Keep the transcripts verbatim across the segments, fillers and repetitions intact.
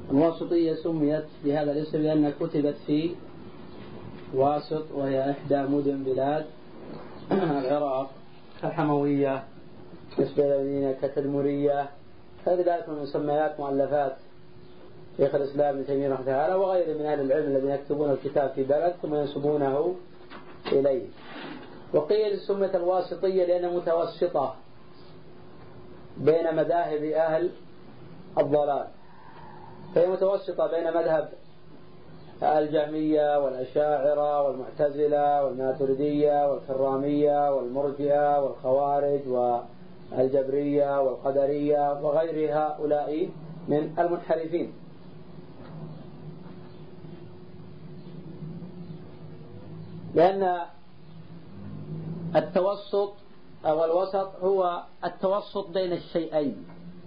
الواسطية سميت بهذا الاسم لأنها كتبت في واسط، وهي إحدى مدن بلاد العراق كالحموية، بالنسبة للمدينة كتدمرية، غير ذلك من مسميات مؤلفات شيخ الإسلام ابن تيمية رحمه الله تعالى وغيره من أهل العلم الذين يكتبون الكتاب في بلد ثم ينسبونه إليه. وقيل سميت الواسطية لأنها متوسطة بين مذاهب أهل الضلال، فهي متوسطة بين مذهب الجهمية والأشاعرة والمعتزلة والماتريدية والكرامية والمرجئة والخوارج والجبرية والقدرية وغير هؤلاء من المنحرفين. لأن التوسط أو الوسط هو التوسط بين الشيئين.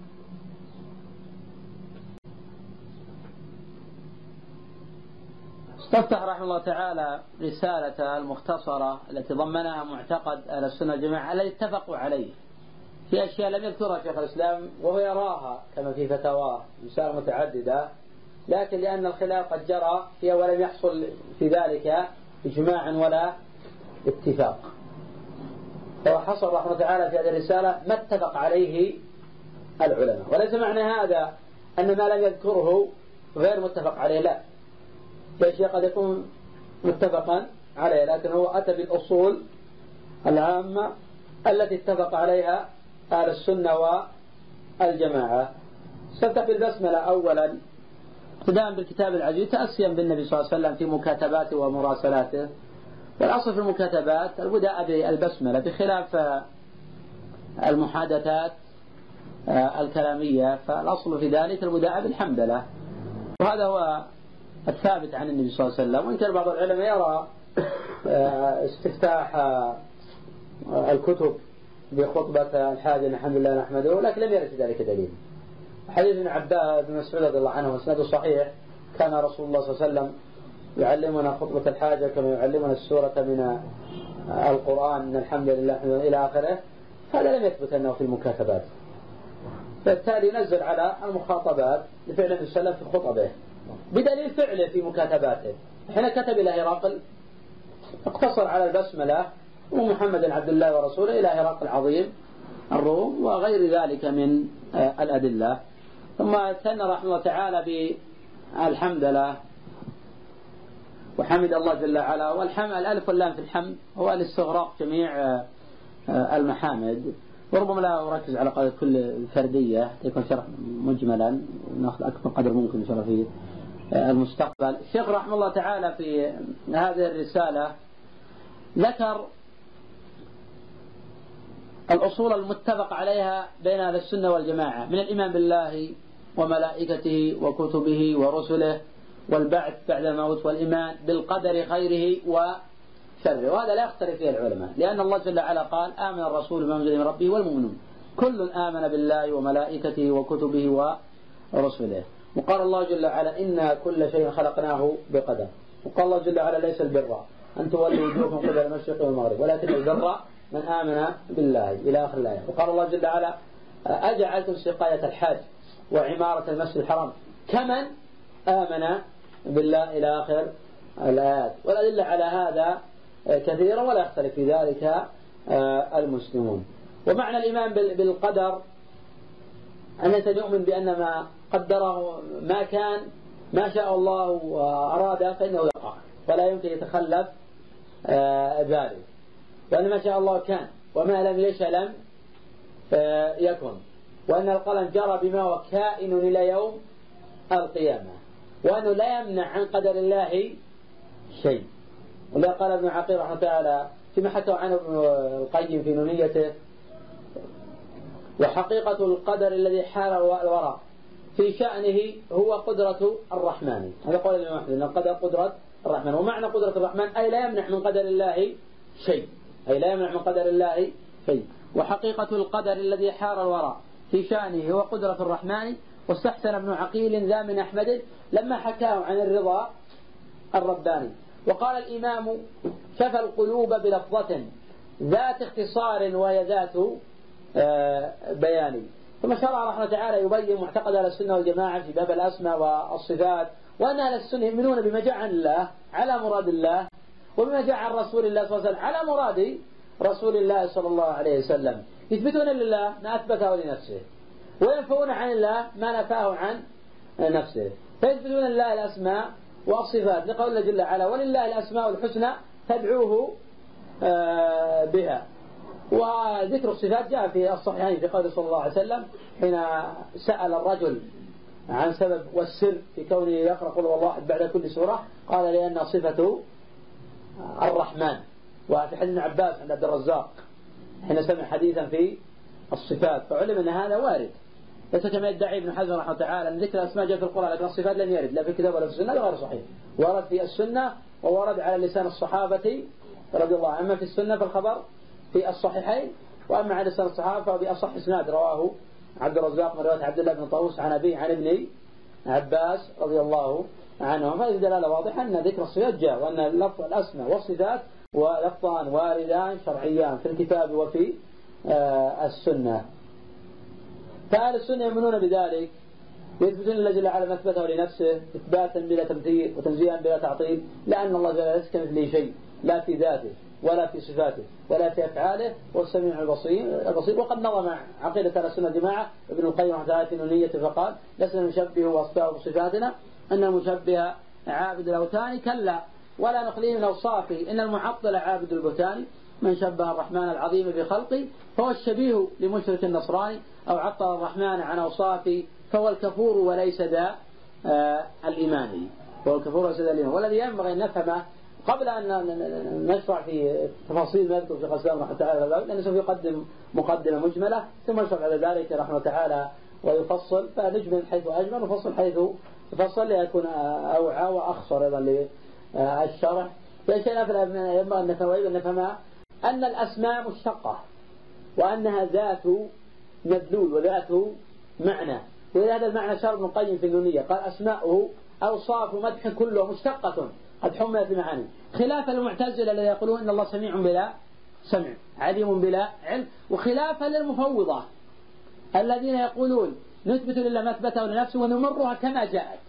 استفتح رحمه الله تعالى رسالة المختصرة التي ضمنها معتقد أهل السنة والجماعة الذي اتفقوا عليه في أشياء لم يذكرها شيخ الإسلام وهو يراها كما في فتاواه رسالة متعددة، لكن لأن الخلاف قد جرى فيها ولم يحصل في ذلك إجماع ولا اتفاق، فهو حصل رحمه الله تعالى في هذه الرسالة ما اتفق عليه العلماء. وليس معنى هذا أن ما لم يذكره غير متفق عليه، لا، فالشيء قد يكون متفقا عليه، لكن هو أتى بالأصول العامة التي اتفق عليها أهل السنة والجماعة. استفتح بالبسملة أولا ابتداء بالكتاب العزيز تأسيا بالنبي صلى الله عليه وسلم في مكاتباته ومراسلاته. والأصل في المكاتبات البداء بالبسملة بخلاف المحادثات الكلامية، فالأصل في ذلك البداء بالحمدلله، وهذا هو الثابت عن النبي صلى الله عليه وسلم. وإن كان بعض العلماء يرى استفتاح الكتب بخطبة الحاجة الحمد لله نحمده، لكن لم يرد في ذلك دليل. حديث ابن عباس بن مسعود رضي الله عنه وسنده صحيح، كان رسول الله صلى الله عليه وسلم يعلمنا خطبة الحاجة كما يعلمنا السورة من القرآن من الحمد لله إلى آخره. هذا لم يثبت أنه في المكاتبات، فبالتالي نزل على المخاطبات لفعل النبي صلى الله عليه وسلم في خطبه بدليل فعله في مكاتباته. حين كتب إلى هرقل اقتصر على البسملة ومحمد عبد الله ورسوله إلى هرقل عظيم الروم وغير ذلك من الأدلة. ثم ثنى رحمه الله تعالى بالحمد لله وحمد الله جل وعلا. والحمد الألف واللام في الحمد هو الاستغراق جميع المحامد، وربما لا أركز على قدر كل فردية يكون شرح مجملا نأخذ أكبر قدر ممكن إن شاء الله في المستقبل. الشيخ رحمه الله تعالى في هذه الرسالة ذكر الأصول المتفق عليها بين أهل السنة والجماعة من الإيمان بالله وملائكته وكتبه ورسله والبعث بعد الموت والإيمان بالقدر خيره وشره، وهذا لا يختلف فيه العلماء، لأن الله جل وعلا قال آمن الرسول بما أنزل من ربه والمؤمنون كل آمن بالله وملائكته وكتبه ورسله. وقال الله جل وعلا إنا كل شيء خلقناه بقدر. وقال الله جل وعلا ليس البر أن تولوا وجوهكم قبل المشرق والمغرب ولكن البر من آمن بالله إلى آخر الآية. وقال الله جل وعلا أجعلتم سقاية الحاج وعمارة المسجد الحرام كمن آمن بالله إلى آخر الآيات. والأدلة على هذا كثيرا ولا يختلف في ذلك المسلمون. ومعنى الإيمان بالقدر أن نؤمن بأن ما قدره ما كان ما شاء الله وأراد فإنه يقع ولا يمكن يتخلف ذلك، وأن ما شاء الله كان وما لم يشأ لم يكن، وأن القلم جرى بما هو كائن إلى يوم القيامة، وأنه لا يمنع عن قدر الله شيء. ولا قال ابن عقيل رحمه الله تعالى فيما حكى عنه ابن القيم في نونيته وحقيقة القدر الذي حال الورى في شأنه هو قدرة الرحمن. هذا قول الإمام أحمد أن القدر قدرة الرحمن. ومعنى قدرة الرحمن أي لا يمنع من قدر الله شيء، أي لا يمنع من قدر الله شيء. وحقيقة القدر الذي حار الورى في شأنه هو قدرة الرحمن. واستحسن ابن عقيل ذا من أحمد لما حكاه عن الرضا الرباني. وقال الإمام شفى القلوب بلفظة ذات اختصار وهي ذات بيان ثم شرع رحمه تعالى يبين معتقد أهل السنة والجماعة في باب الأسماء والصفات، وأن أهل السنة يؤمنون بما جاء عن الله على مراد الله، وبما جاء عن رسول الله صلى الله عليه وسلم على مراد رسول الله صلى الله عليه وسلم. يثبتون لله ما أثبته لنفسه، وينفون عن الله ما نفاه عن نفسه. فيثبتون لله الأسماء والصفات لقول الله جل وعلا: ولله الأسماء الحسنى فادعوه بها. وذكر الصفات جاء في الصحيحين في قول صلى الله عليه وسلم حين سأل الرجل عن سبب والسر في كونه يقرأ قل هو الله أحد بعد كل سورة، قال: لأن صفة الرحمن. وفي حديث ابن عباس عند عبد الرزاق حين سمع حديثا في الصفات، فعلم أن هذا وارد، ليس كما يدعي ابن حزم رحمه تعالى أن ذكر الأسماء جاء في القرآن، لكن الصفات لم يرد لا في الكتاب ولا في السنة، غير صحيح. ورد في السنة وورد على لسان الصحابة رضي الله عنهم. أما في السنة فالخبر في الصحيحين، وأما على لسان الصحابة فبأصح إسناد رواه عبد الرزاق من رواية عبد الله بن طاووس عن أبيه عن ابن عباس رضي الله عنهم. فهذه دلالة واضحة أن ذكر الصفات جاء، وأن لفظ الأسماء والصفات ولفظان واردان شرعيان في الكتاب وفي آه السنة. فأهل السنة يؤمنون بذلك، يثبتون الله جل وعلا ما أثبته لنفسه إثباتا بلا تمثيل وتنزيها بلا تعطيل، لأن الله جل وعلا ليس كمثله شيء، لا في ذاته ولا في صفاته ولا في أفعاله، والسميع البصير البصير. وقد نظم عقيدة أهل السنة الجماعة ابن القيم رحمه الله في نونيته فقال: لسنا نشبه وأصفاء بصفاتنا، أن المشبه عابد الأوثان، كلا ولا نخليه من أوصافه، إن المعطل عابد البهتان، من شبه الرحمن العظيم بخلقه فهو الشبيه لمشرك النصراني، أو عطل الرحمن عن أوصافه فهو الكفور وليس ذا آه الإيماني، فهو الكفور وليس ذا الإيمان. والذي ينبغي أن نفهمه قبل أن نشرع في تفاصيل ما يذكر في الإسلام رحمه تعالى، لأنه سوف يقدم مقدمة مجملة ثم يشرع على ذلك رحمه تعالى ويفصل، فنجمل حيث أجمل وفصل حيث يفصل ليكون أوعى وأخصر أيضا للشرح. فالشيء ينبغي أن نفهم أن الأسماء مشتقة، وأنها ذات مدلول وذات معنى، ولهذا المعنى شرح ابن القيم في النونية قال: أسماؤه أوصاف مدح كله مشتقة قد حملت بمعاني، خلافا للمعتزلة الذين يقولون إن الله سميع بلا سمع عليم بلا علم، وخلافا للمفوضة الذين يقولون نثبت لله ما أثبته لنفسه ونمرها كما جاءت،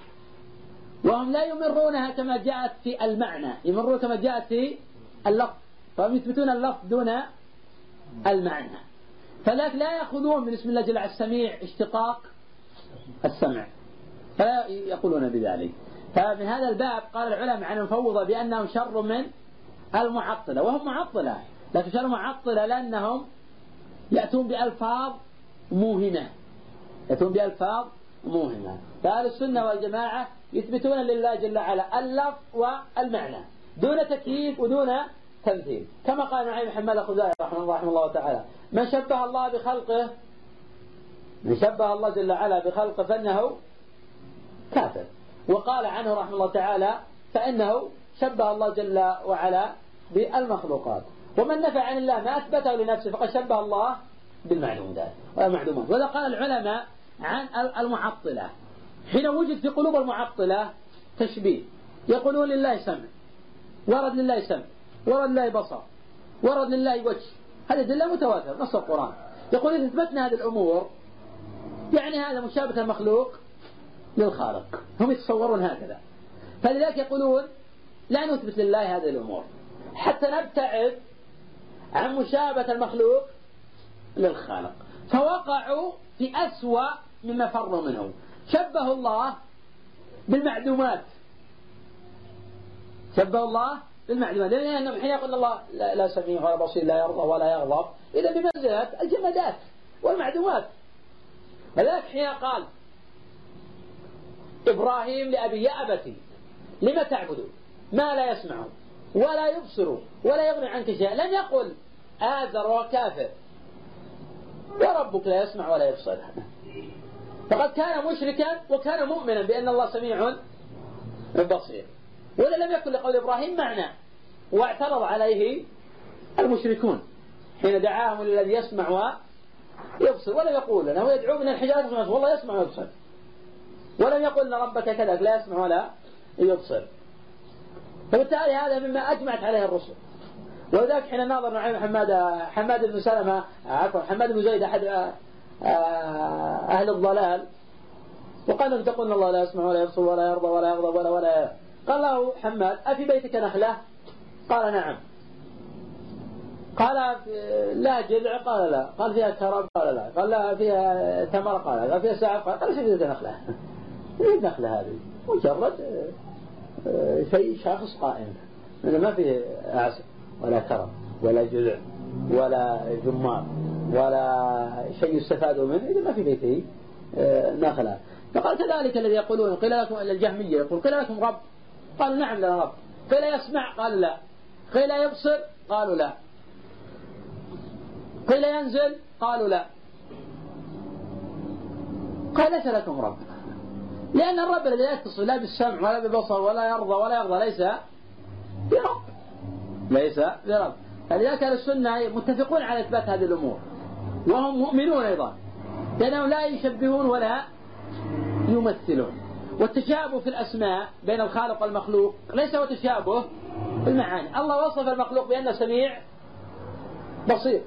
وهم لا يمرونها كما جاءت في المعنى، يمرون كما جاءت في اللفظ، فهم يثبتون اللفظ دون المعنى. فلذلك لا يأخذون من اسم الله جل وعلا السميع اشتقاق السمع، فلا يقولون بذلك. فمن هذا الباب قال العلماء عن المفوضة بأنهم شر من المعطلة، وهم معطلة، لكن شر معطلة لأنهم يأتون بألفاظ موهمة، يأتون بألفاظ موهمة. فأهل السنة والجماعة يثبتون لله جل وعلا اللفظ والمعنى دون تكييف ودون تمثيل، كما قال نعيم محمد الخزاعي رحمه الله رحمه الله تعالى: من شبه الله بخلقه من شبه الله جل وعلا بخلقه فإنه كافر. وقال عنه رحمه الله تعالى: فإنه شبه الله جل وعلا بالمخلوقات. ومن نفى عن الله ما أثبته لنفسه فقد شبه الله بالمعلومات والمعدومات. وهذا قال العلماء عن المعطلة حين وجد في قلوب المعطلة تشبيه، يقولون لله سمع، ورد لله سمع، ورد لله بصر، ورد لله وجه، هذه دلة متواتر نص القرآن. يقول إذا اثبتنا هذه الأمور يعني هذا مشابهة المخلوق للخالق، هم يتصورون هكذا. فلذلك يقولون لا نثبت لله هذه الأمور حتى نبتعد عن مشابهة المخلوق للخالق، فوقعوا في أسوأ مما فروا منه. شبه الله بالمعدومات، شبه الله بالمعدومات، لأنهم حين يقول الله لا, لا سميع ولا بصير لا يرضى ولا يغضب، إذا بمنزلة الجمادات والمعدومات. فذلك حين قال إبراهيم لأبي: يا أبتي لما تعبدون ما لا يسمع ولا يبصر ولا يغني عنك شيئا، لم يقل آذر وكافر وربك لا يسمع ولا يبصر، فقد كان مشركا وكان مؤمنا بأن الله سميع بصير. ولا لم يكن لقول إبراهيم معنى، واعترض عليه المشركون حين دعاهم للذي يسمع ويبصر، ولم يقول لنا ويدعو من الحجارة والله يسمع ويبصر، ولم يقل ان ربك كذلك لا يسمع ولا يبصر. فبالتالي هذا مما اجمعت عليه الرسل. ولذلك حين ناظر نعيم حماد حماد بن سلمة عفوا حماد بن زيد احد أهل الضلال وقال لم تقل الله لا يسمع ولا يبصر ولا يرضى ولا يغضب ولا ولا. قال له حماد أفي بيتك نخلة؟ قال نعم. قال لا جذع؟ قال لا. قال فيها كرم؟ قال لا. قال لا فيها ثمرة؟ قال لا. فيها ساعة؟ قال قال شو نخلة؟ ايش النخلة هذه؟ مجرد شيء شخص قائم ما فيه عسل ولا كرم ولا جذع ولا جمار ولا شيء يستفاد منه إذا ما في بيته نخلة. فقال كذلك الذي يقولون قيل لكم إلا الجهمية يقول قيل لكم رب؟ قالوا نعم لنا رب. قيل يسمع؟ قالوا لا. قيل يبصر؟ قالوا لا. قيل ينزل؟ قالوا لا. قال ليس لكم رب، لأن الرب الذي لا يتصل لا بالسمع ولا بالبصر ولا يرضى ولا يرضى ليس برب، ليس برب. فلذلك أهل السنة متفقون على إثبات هذه الأمور وهم مؤمنون أيضا، لأنهم لا يشبهون ولا يمثلون. والتشابه في الأسماء بين الخالق والمخلوق ليس هو تشابه في المعاني. الله وصف المخلوق بأنه سميع بصير،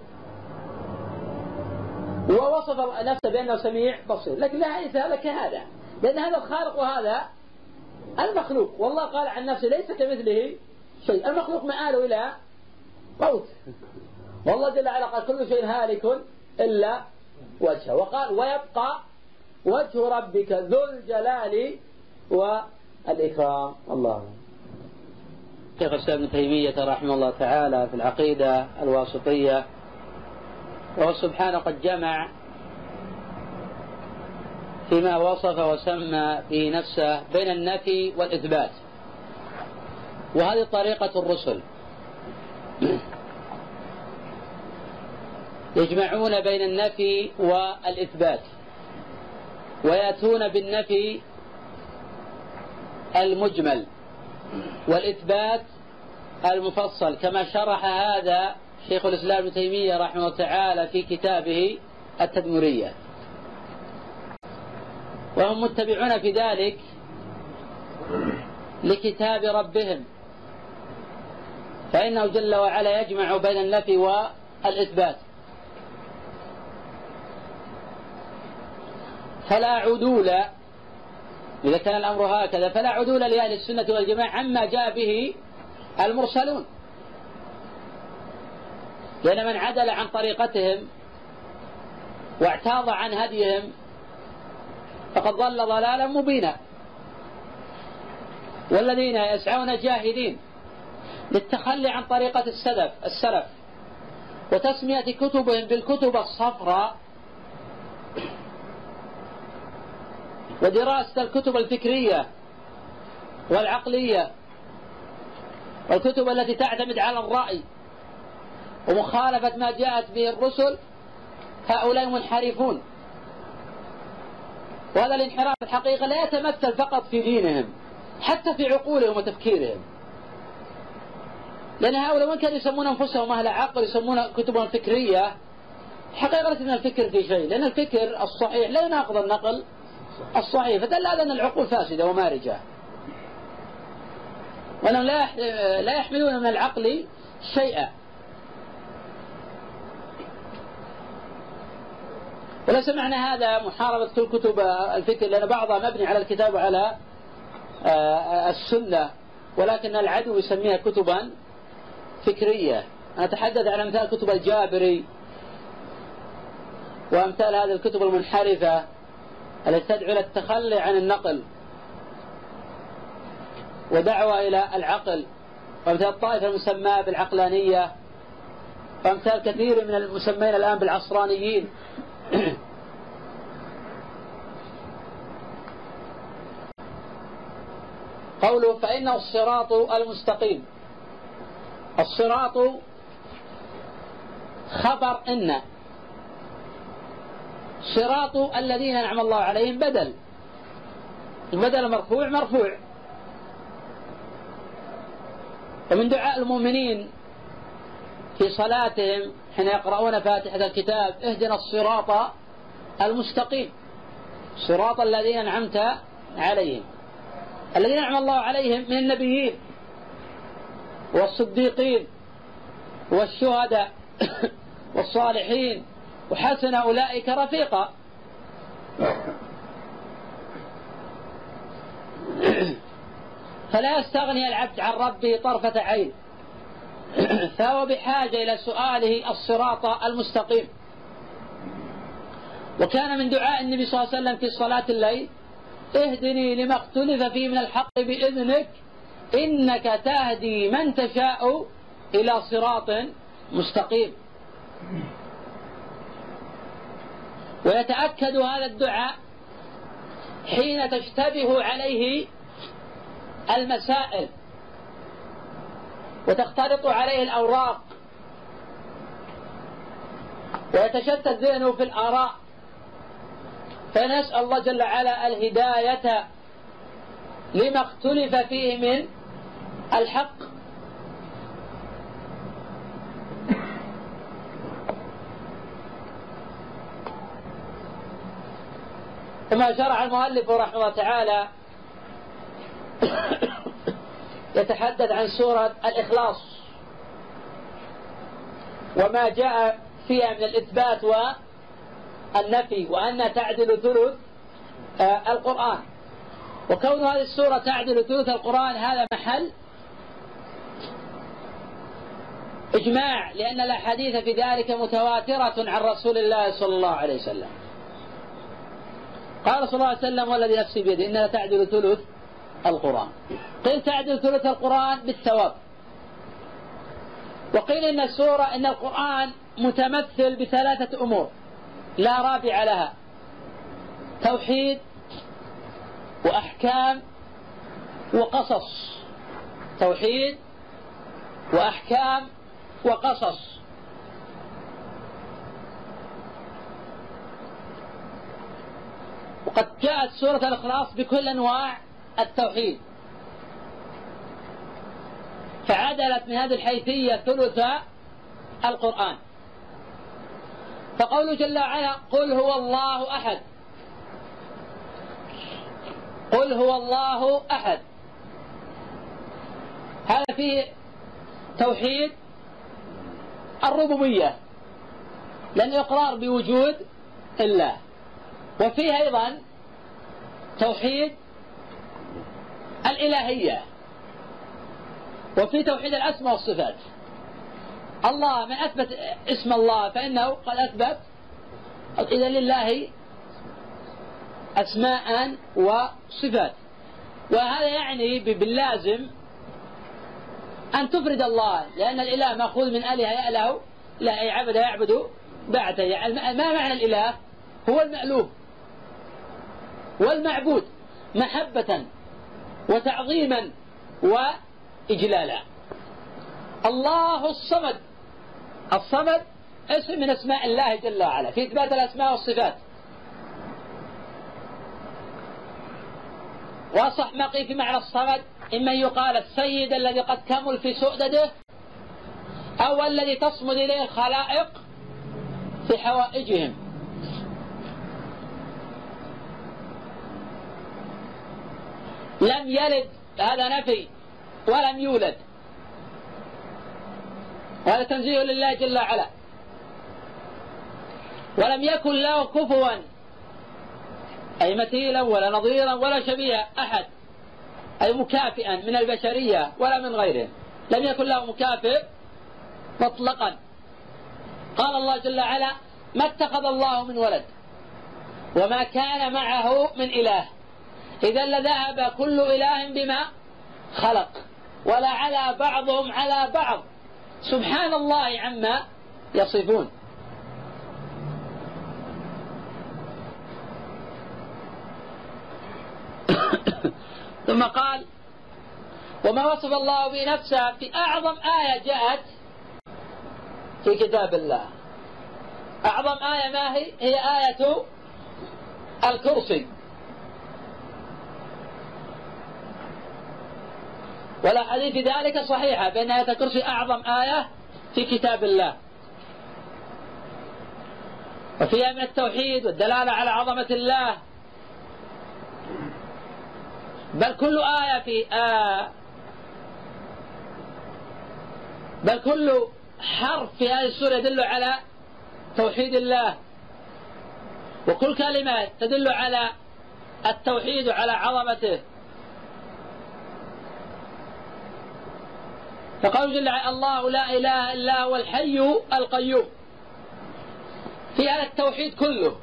ووصف نفسه بأنه سميع بصير، لكن ليس هذا كهذا، لأن هذا الخالق وهذا المخلوق. والله قال عن نفسه ليس كمثله شيء. المخلوق مآله إلى موت، والله جل وعلا قال كل شيء هالك إلا وجهه، وقال ويبقى وجه ربك ذو الجلال والإكرام. الله. شيخ الإسلام ابن تيمية رحمه الله تعالى في العقيدة الواسطية وهو سبحانه قد جمع فيما وصف وسمى به نفسه بين النفي والإثبات، وهذه طريقة الرسل، يجمعون بين النفي والإثبات ويأتون بالنفي المجمل والإثبات المفصل، كما شرح هذا شيخ الإسلام ابن تيمية رحمه الله تعالى في كتابه التدمرية. وهم متبعون في ذلك لكتاب ربهم، فإنه جل وعلا يجمع بين النفي والإثبات، فلا عدول إذا كان الأمر هكذا، فلا عدول لأهل السنة والجماعة عما جاء به المرسلون، لأن من عدل عن طريقتهم واعتاض عن هديهم فقد ضل ضلالا مبينا. والذين يسعون جاهدين للتخلي عن طريقة السلف السلف وتسمية كتبهم بالكتب الصفراء ودراسة الكتب الفكرية والعقلية والكتب التي تعتمد على الرأي ومخالفة ما جاءت به الرسل، هؤلاء منحرفون. وهذا الانحراف الحقيقة لا يتمثل فقط في دينهم، حتى في عقولهم وتفكيرهم، لأن هؤلاء وإن كانوا يسمون أنفسهم أهل عقل يسمون كتبهم فكرية، حقيقة ليس من الفكر في شيء، لأن الفكر الصحيح لا يناقض النقل الصحيح، فدل هذا أن العقول فاسدة ومارجة، وأنهم لا يحملون من العقل شيئا. وليس معنى هذا محاربة كل كتب الفكر، لأن بعضها مبني على الكتاب وعلى السنة، ولكن العدو يسميها كتبا فكرية. أنا أتحدث عن أمثال كتب الجابري وأمثال هذه الكتب المنحرفة التي تدعو إلى التخلي عن النقل ودعوة إلى العقل، وأمثال الطائفة المسماة بالعقلانية، وأمثال كثير من المسمين الآن بالعصرانيين. قوله فإنه الصراط المستقيم، الصراط خبر إن، صراط الذين أنعم الله عليهم بدل، البدل مرفوع مرفوع. ومن دعاء المؤمنين في صلاتهم حين يقرؤون فاتحة الكتاب اهدنا الصراط المستقيم، صراط الذين أنعمت عليهم، الذين أنعم الله عليهم من النبيين والصديقين والشهداء والصالحين وحسن أولئك رفيقا. فلا يستغني العبد عن ربه طرفة عين، فهو بحاجة إلى سؤاله الصراط المستقيم. وكان من دعاء النبي صلى الله عليه وسلم في صلاة الليل: اهدني لما اختلف فيه من الحق بإذنك إنك تهدي من تشاء إلى صراط مستقيم. ويتأكد هذا الدعاء حين تشتبه عليه المسائل وتختلط عليه الأوراق ويتشتت ذهنه في الآراء، فنسأل الله جل وعلا الهداية لما اختلف فيه من الحق. كما شرع المؤلف رحمه الله تعالى يتحدث عن سورة الإخلاص وما جاء فيها من الإثبات والنفي، وأن تعدل ثلث القرآن. وكون هذه السورة تعدل ثلث القرآن هذا محل إجماع، لأن الأحاديث في ذلك متواترة عن رسول الله صلى الله عليه وسلم. قال صلى الله عليه وسلم: والذي نفسي بيده إنها تعدل ثلث القرآن. قيل تعدل ثلث القرآن بالثواب، وقيل إن السورة إن القرآن متمثل بثلاثة أمور لا رابع لها: توحيد وأحكام وقصص. توحيد وأحكام وقصص. وقد جاءت سورة الإخلاص بكل أنواع التوحيد، فعدلت من هذه الحيثية ثلث القرآن. فقوله جل وعلا: قل هو الله أحد. قل هو الله أحد، هذا فيه توحيد الربوبية لأنه إقرار بوجود الله، وفيه أيضا توحيد الإلهية، وفي توحيد الأسماء والصفات. الله من أثبت اسم الله فإنه قد أثبت إذا لله أسماء وصفات، وهذا يعني باللازم أن تفرد الله، لأن الإله مأخوذ من آله يأله، لا أي عبد يعبد بعده. يعني ما معنى الإله؟ هو المألوه والمعبود محبة وتعظيما وإجلالا. الله الصمد. الصمد اسم من اسماء الله جل وعلا في إثبات الأسماء والصفات. وأصح ما قيل في معنى الصمد إما يقال السيد الذي قد كمل في سؤدده، أو الذي تصمد إليه الخلائق في حوائجهم. لم يلد، هذا نفي، ولم يولد، وهذا تنزيه لله جل وعلا. ولم يكن له كفوا، أي مثيلا ولا نظيرا ولا شبيه أحد، أي مكافئا من البشرية ولا من غيره. لم يكن له مكافئ مطلقا. قال الله جل وعلا: ما اتخذ الله من ولد وما كان معه من إله إذا لذهب كل إله بما خلق ولا على بعضهم على بعض سبحان الله عما يصفون. ثم قال: وما وصف الله به نفسه في أعظم آية جاءت في كتاب الله. أعظم آية ما هي؟ هي آية الكرسي. والأحاديث في ذلك صحيحة بأن آية الكرسي أعظم آية في كتاب الله، وفيها من التوحيد والدلالة على عظمة الله. بل كل آية في آه بل كل حرف في هذه السورة يدل على توحيد الله، وكل كلمات تدل على التوحيد وعلى عظمته. فقال جل وعلا الله لا إله إلا هو الحي القيوم، في هذا التوحيد كله.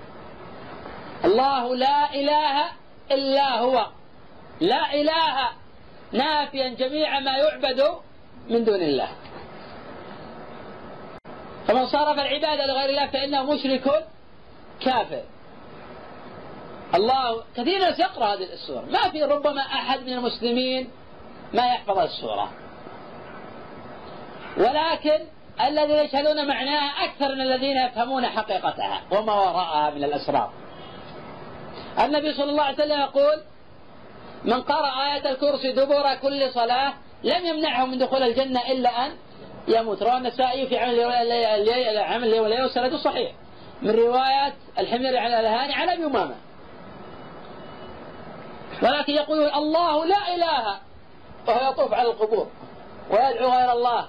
الله لا إله إلا هو، لا إله نافيا جميع ما يعبد من دون الله. فمن صرف العبادة لغير الله فإنه مشرك كافر. الله كثير ناس يقرأ هذه السورة، ما في ربما أحد من المسلمين ما يحفظ السورة، ولكن الذين يشهدون معناها أكثر من الذين يفهمون حقيقتها وما وراءها من الأسرار. النبي صلى الله عليه وسلم يقول من قرأ آية الكرسي دبر كل صلاة لم يمنعه من دخول الجنة إلا أن يموت. رواه النسائي في عمل اليوم والليلة والسند صحيح من رواية الحمير عن الهاني عن أبي أمامة. ولكن يقول الله لا إله وهو يطوف على القبور ويدعو غير الله.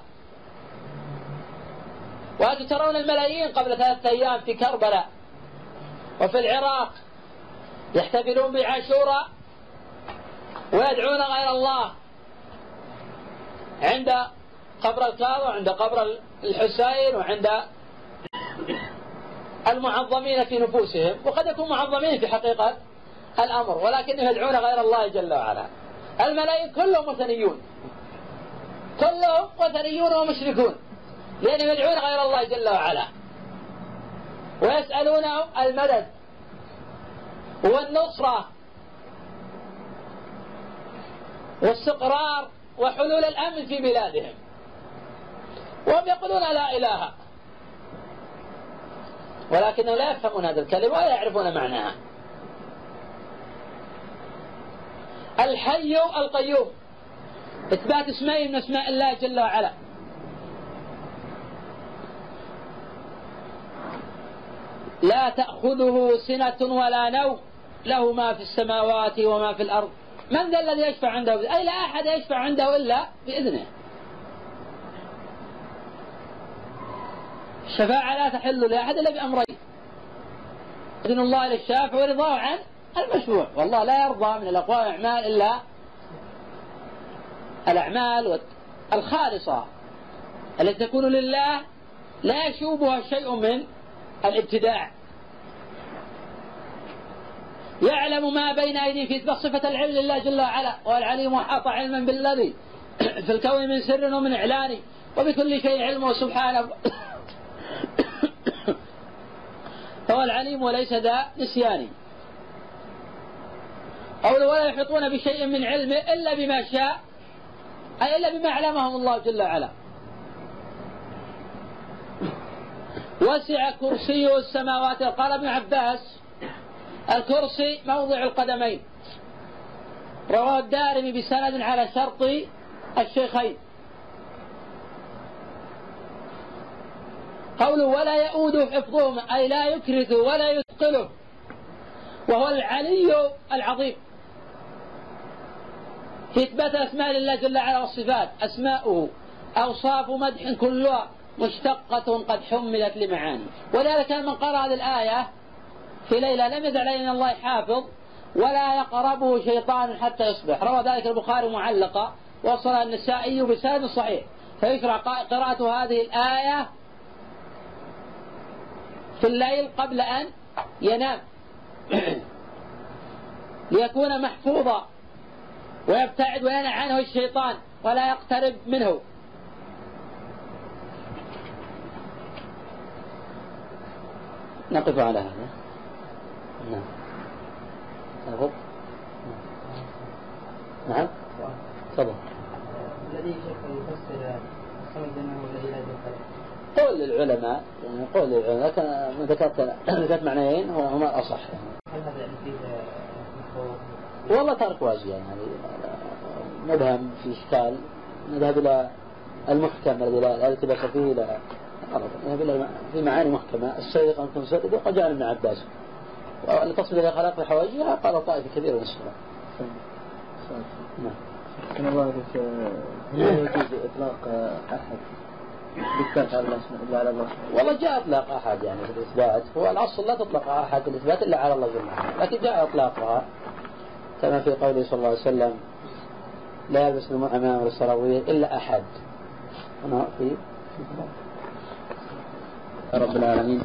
وأنتم ترون الملايين قبل ثلاثة أيام في كربلاء وفي العراق يحتفلون بعاشوراء ويدعون غير الله عند قبر الكاظم وعند قبر الحسين وعند المعظمين في نفوسهم، وقد يكون معظمين في حقيقة الأمر، ولكنهم يدعون غير الله جل وعلا. الملايين كلهم وثنيون، كلهم وثنيون ومشركون، لأنهم يدعون غير الله جل وعلا ويسألونه المدد والنصرة والاستقرار وحلول الأمن في بلادهم، وهم يقولون لا إله، ولكنهم لا يفهمون هذا الكلمة ولا يعرفون معناها. الحي القيوم إثبات اسمين من اسماء الله جل وعلا. لا تأخذه سنة ولا نوم له ما في السماوات وما في الأرض من ذا الذي يشفع عنده، أي لا أحد يشفع عنده إلا بإذنه. الشفاعة لا تحل لأحد إلا بأمرين: إذن الله للشافع ورضاه عن المشفوع. والله لا يرضى من الأقوال والأعمال إلا الأعمال الخالصة التي تكون لله لا يشوبها شيء من الابتداع. يعلم ما بين أيديهم في إثبات صفة العلم لله جل وعلا، والعليم وحاط علما بالذي في الكون من سر ومن إعلان، وبكل شيء علمه سبحانه فهو العليم وليس ذا نسيان. قوله ولا يحيطون بشيء من علمه إلا بما شاء، أي إلا بما علمهم الله جل وعلا. وسع كرسيه السماوات. قال ابن عباس الكرسي موضع القدمين، رواه الدارمي بسند على شرط الشيخين. قوله ولا يؤوده حفظهما، أي لا يكرثه ولا يثقله، وهو العلي العظيم. في إثبات أسماء الله جل وعلا والصفات، أسماؤه أوصاف مدح كلها مشتقة قد حملت لمعاني. ولذلك من قرأ هذه الآية في ليلة لم يدع عليه من الله حافظ ولا يقربه شيطان حتى يصبح. روى ذلك البخاري معلقة وصل النسائي بسند صحيح. فيشرع قراءة هذه الآية في الليل قبل أن ينام ليكون محفوظا ويبتعد وينع عنه الشيطان ولا يقترب منه. نقف على هذا. نعم. نقف. نعم. تفضل. الذي يفسر الجنة والذي لا يدخل. قول للعلماء، يعني قول للعلماء، لكن ذكرت ذكرت معنيين وهما الأصح. هل هذا يعني فيه والله ترك واجب يعني مبهم في إشكال. نذهب إلى المحكم الذي لا التباس فيه إلى نذهب إلى في معاني محكمة. الشيخ أنكم سيد وقد جاء ابن عباس لتصل إلى خلاق الحواجز قال طائفة كثيرة من السلف. نعم. كما الله يقول لا يجوز إطلاق أحد والله جاء إطلاق أحد يعني في الإثبات، هو الأصل لا تطلق أحد في الإثبات إلا على الله جل وعلا، لكن جاء إطلاقها كما في قوله صلى الله عليه وسلم لا يلبس الأمام السراويل إلا أحد. أنا في رب العالمين.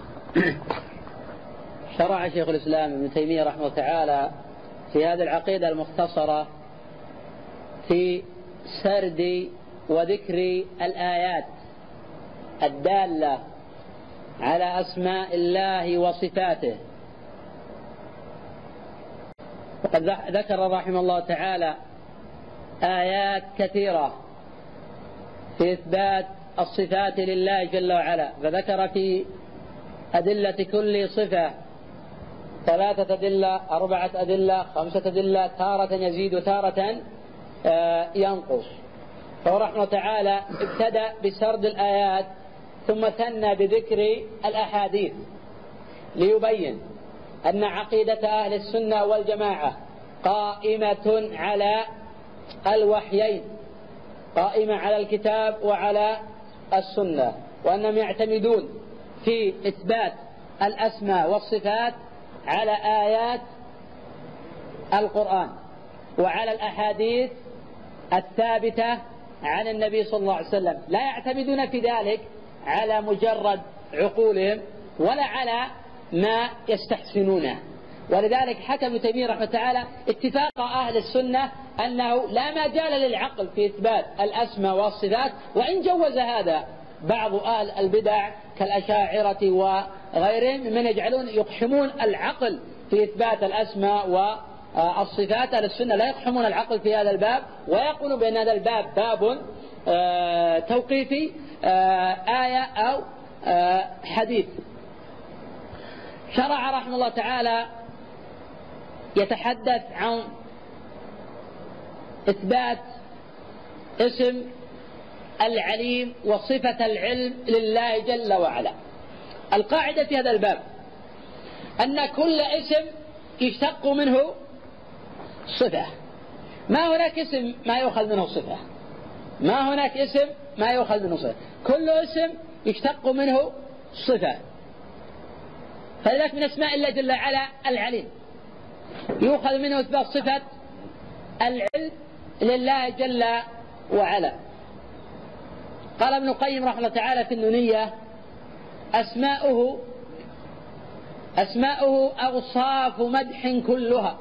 شرع شيخ الإسلام ابن تيمية رحمه الله تعالى في هذه العقيدة المختصرة في سرد وذكر الآيات الدالة على أسماء الله وصفاته. وقد ذكر رحمه الله تعالى آيات كثيرة في إثبات الصفات لله جل وعلا، فذكر في أدلة كل صفة ثلاثة أدلة، أربعة أدلة، خمسة أدلة، تارة يزيد وتارة ينقص. فهو رحمه تعالى ابتدأ بسرد الآيات ثم ثنى بذكر الأحاديث ليبين أن عقيدة أهل السنة والجماعة قائمة على الوحيين، قائمة على الكتاب وعلى السنة، وأنهم يعتمدون في إثبات الأسماء والصفات على آيات القرآن وعلى الأحاديث الثابتة عن النبي صلى الله عليه وسلم، لا يعتمدون في ذلك على مجرد عقولهم ولا على ما يستحسنونه. ولذلك حكم ابن تيمية رحمه الله تعالى اتفاق أهل السنة أنه لا مجال للعقل في إثبات الأسماء والصفات، وإن جوز هذا بعض أهل البدع كالأشاعرة وغيرهم من يجعلون يقحمون العقل في إثبات الأسماء والصفات. أهل السنة لا يقحمون العقل في هذا الباب، ويقولون بأن هذا الباب باب توقيفي، آية أو حديث. شرع رحمه الله تعالى يتحدث عن إثبات اسم العليم وصفة العلم لله جل وعلا. القاعدة في هذا الباب أن كل اسم يشتق منه صفة، ما هناك اسم ما يؤخذ منه صفة، ما هناك اسم ما يؤخذ منه صفة، كل اسم يشتق منه صفة. فلذلك من اسماء الله جل وعلا العليم يؤخذ منه إثبات صفة العلم لله جل وعلا. قال ابن القيم رحمه الله تعالى في النونية أسماؤه أسماؤه أوصاف مدح كلها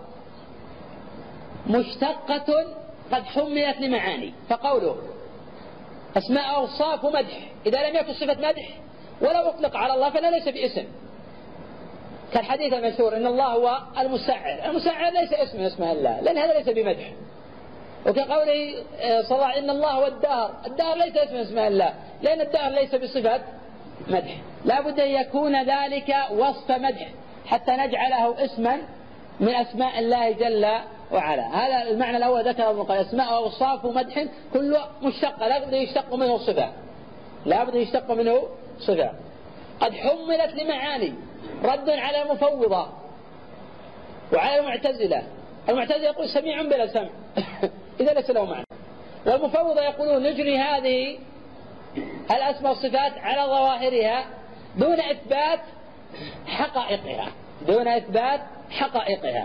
مشتقة قد حملت لمعاني. فقوله أسماء أوصاف مدح، إذا لم يكن صفة مدح ولو أطلق على الله فلا ليس باسم، كالحديث المشهور إن الله هو المسعر، المسعر ليس اسم من اسماء الله لأن هذا ليس بمدح. وكقوله صلى الله إن الله هو الدهر، الدهر ليس اسم من اسماء الله لأن الدهر ليس بصفة مدح، لا بد أن يكون ذلك وصف مدح حتى نجعله اسما من أسماء الله جل وعلا. هذا المعنى الأول ذكر ابن القيم، أسماء أوصاف مدح كل مشتقة لا بد يشتق منه صفة، لا بد يشتق منه صفة قد حملت لمعاني، رد على المفوضة وعلى المعتزلة. المعتزلة يقول سميع بلا سمع إذا ليس له معنى، والمفوضة يقولون نجري هذه الأسماء والصفات على ظواهرها دون إثبات حقائقها، دون إثبات حقائقها.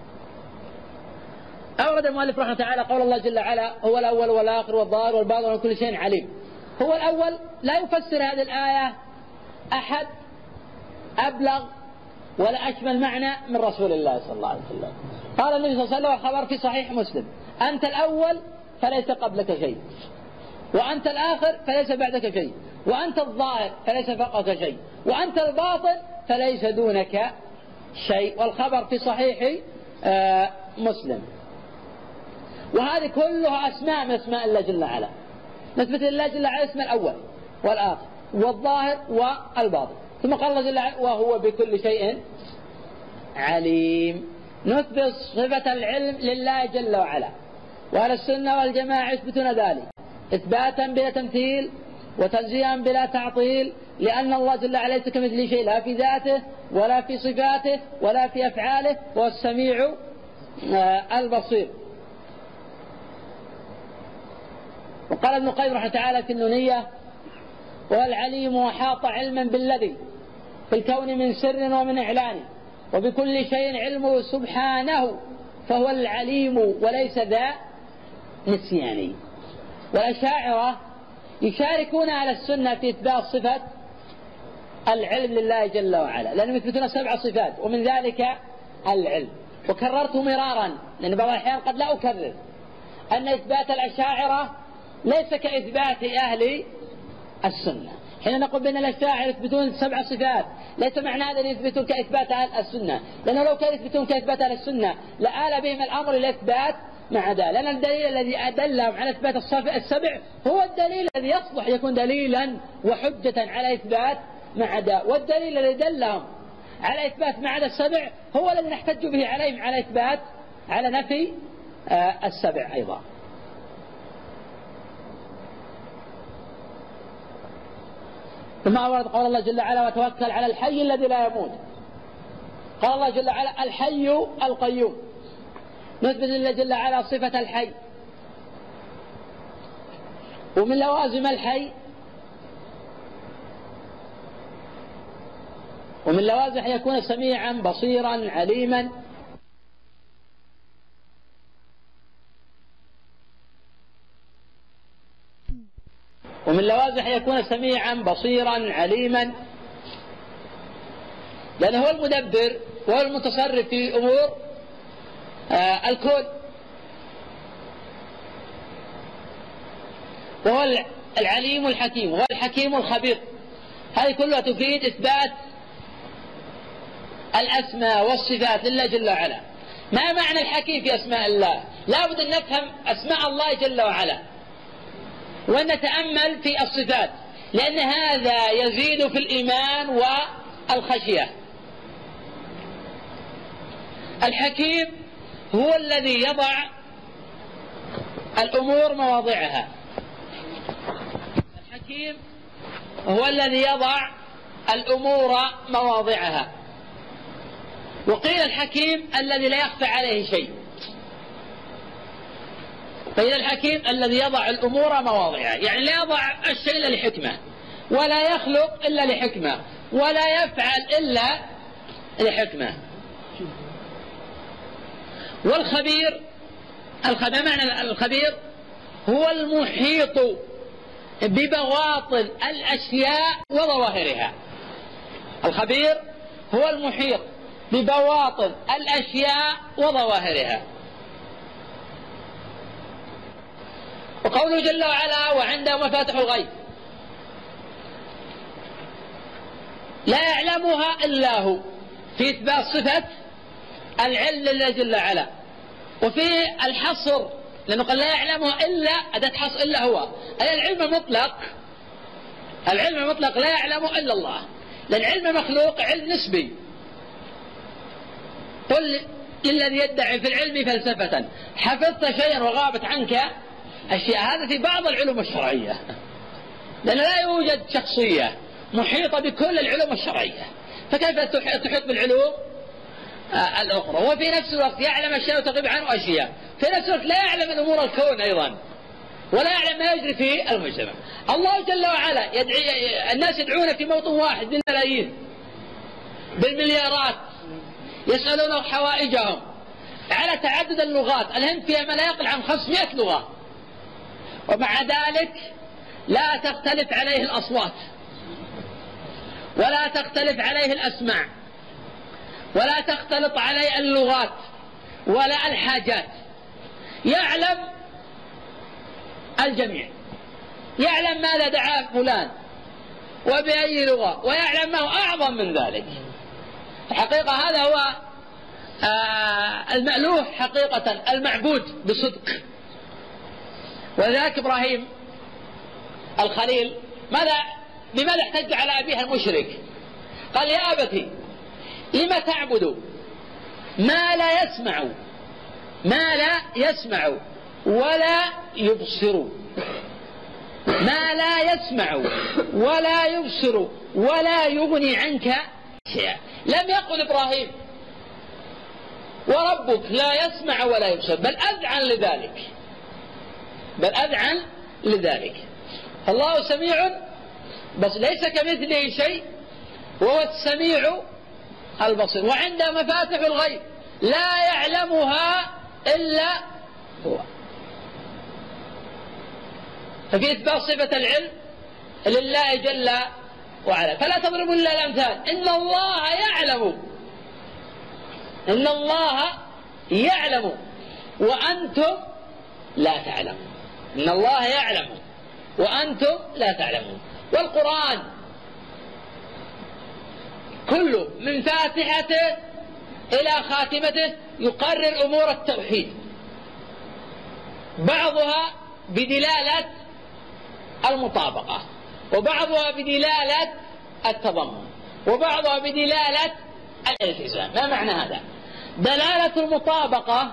أورد المؤلف رحمه تعالى قول الله جل وعلا هو الأول والآخر والظاهر والباطن وكل شيء عليم. هو الأول لا يفسر هذه الآية أحد أبلغ ولا أشمل معنى من رسول الله صلى الله عليه وسلم. قال النبي صلى الله عليه وسلم خبر في صحيح مسلم أنت الأول فليس قبلك شيء، وأنت الآخر فليس بعدك شيء، وأنت الظاهر فليس فوقك شيء، وأنت الباطن فليس دونك شيء. والخبر في صحيح آه مسلم. وهذه كلها أسماء من أسماء الله جل وعلا، نثبت لله جل وعلا اسم الأول والآخر والظاهر والباطن. ثم قال الله جل وعلا وهو بكل شيء عليم، نثبت صفة العلم لله جل وعلا. وأهل السنة والجماعة يثبتون ذلك إثباتا بلا تمثيل وتنزيها بلا تعطيل، لأن الله جل وعلا ليس كمثله شيء لا في ذاته ولا في صفاته ولا في أفعاله، وهو السميع البصير. وقال ابن القيم رحمه تعالى في النونية وهو العليم وحاط علما بالذي في الكون من سر ومن إعلان، وبكل شيء علمه سبحانه، فهو العليم وليس ذا نسيان. والأشاعرة يشاركون على السنة في إثبات صفة العلم لله جل وعلا، لأنهم يثبتون سبع صفات ومن ذلك العلم. وكررت مرارا لأن بعض الأحيان قد لا أكرر أن إثبات الأشاعرة ليس كإثبات أهل السنة. حين نقول بأن الأشاعرة يثبتون سبع صفات ليس معنى هذا أن يثبتون كإثبات أهل السنة، لأنه لو كانوا يثبتون كإثبات أهل السنة لآل بهم الأمر إلى إثبات مع ذا، لأن الدليل الذي أدلهم على إثبات السبع هو الدليل الذي يصلح يكون دليلا وحجة على إثبات مع ذا، والدليل الذي دلهم على إثبات مع ذا السبع هو الذي نحتج به عليهم على إثبات على نفي آه السبع أيضا. ثم أورد قول الله جل وعلا وتوكل على الحي الذي لا يموت. قال الله جل وعلا الحي القيوم، نثبت لله جل وعلا صفة الحي. ومن لوازم الحي ومن لوازم أن يكون سميعا بصيرا عليما. ومن لوازم أن يكون سميعا بصيرا عليما، لأنه هو المدبر وهو المتصرف في أمور آه الكون، وهو العليم الحكيم وهو الحكيم الخبير. هذه كلها تفيد إثبات الأسماء والصفات لله جل وعلا. ما معنى الحكيم في أسماء الله؟ لا بد أن نفهم أسماء الله جل وعلا وأن نتأمل في الصفات، لأن هذا يزيد في الإيمان والخشية. الحكيم هو الذي يضع الأمور مواضعها. الحكيم هو الذي يضع الأمور مواضعها. وقيل الحكيم الذي لا يخفى عليه شيء. قيل الحكيم الذي يضع الأمور مواضعها، يعني لا يضع الشيء إلا لحكمة، ولا يخلق إلا لحكمة، ولا يفعل إلا لحكمة. والخبير، ما معنى الخبير؟ هو المحيط ببواطن الأشياء وظواهرها. الخبير هو المحيط ببواطن الأشياء وظواهرها. وقوله جل وعلا وعنده مفاتح الغيب، لا يعلمها إلا هو، في إثبات صفة العلم لله جل وعلا. وفي الحصر، لأنه قال لا يعلمها إلا أداة حصر إلا هو، أي العلم المطلق. العلم المطلق لا يعلمه إلا الله، لأن علم مخلوق علم نسبي. قل للذي يدعي في العلم فلسفة حفظت شيئا وغابت عنك أشياء، هذا في بعض العلوم الشرعية، لأن لا يوجد شخصية محيطة بكل العلوم الشرعية، فكيف تحيط بالعلوم آه الأخرى؟ وفي نفس الوقت يعلم أشياء وتغيب عنه أشياء، في نفس الوقت لا يعلم الأمور الكون أيضا، ولا يعلم ما يجري في المجتمع. الله جل وعلا يدعي الناس، يدعون في موطن واحد بالملايين بالمليارات، يسألون حوائجهم على تعدد اللغات. الهند فيها ما لا يقل عن خمسمائة لغة، ومع ذلك لا تختلف عليه الأصوات، ولا تختلف عليه الأسماع، ولا تختلط عليه اللغات ولا الحاجات. يعلم الجميع، يعلم ماذا دعا فلان وبأي لغة، ويعلم ما هو أعظم من ذلك. الحقيقة هذا هو آه المألوه حقيقة، المعبود بصدق. وذاك إبراهيم الخليل ماذا بماذا احتج على أبيه المشرك؟ قال يا أبتي لم تعبد ما لا يسمع ما لا يسمع ولا يبصر، ما لا يسمع ولا يبصر ولا يغني عنك شيئا. لم يقل إبراهيم وربك لا يسمع ولا يبصر، بل أذعن لذلك بل أذعن لذلك الله سميع بس ليس كمثله شيء وهو السميع البصير. وعنده مفاتح الغيب لا يعلمها إلا هو. ففي إثبات صفة العلم لله جل وعلا. فلا تضربوا إلا الأمثال. إن الله يعلم، إن الله يعلم وأنتم لا تعلمون. إن الله يعلم وأنتم لا تعلمون. والقرآن كله من فاتحته إلى خاتمته يقرر أمور التوحيد، بعضها بدلالة المطابقة، وبعضها بدلالة التضمن، وبعضها بدلالة الالتزام. ما معنى هذا؟ دلالة المطابقة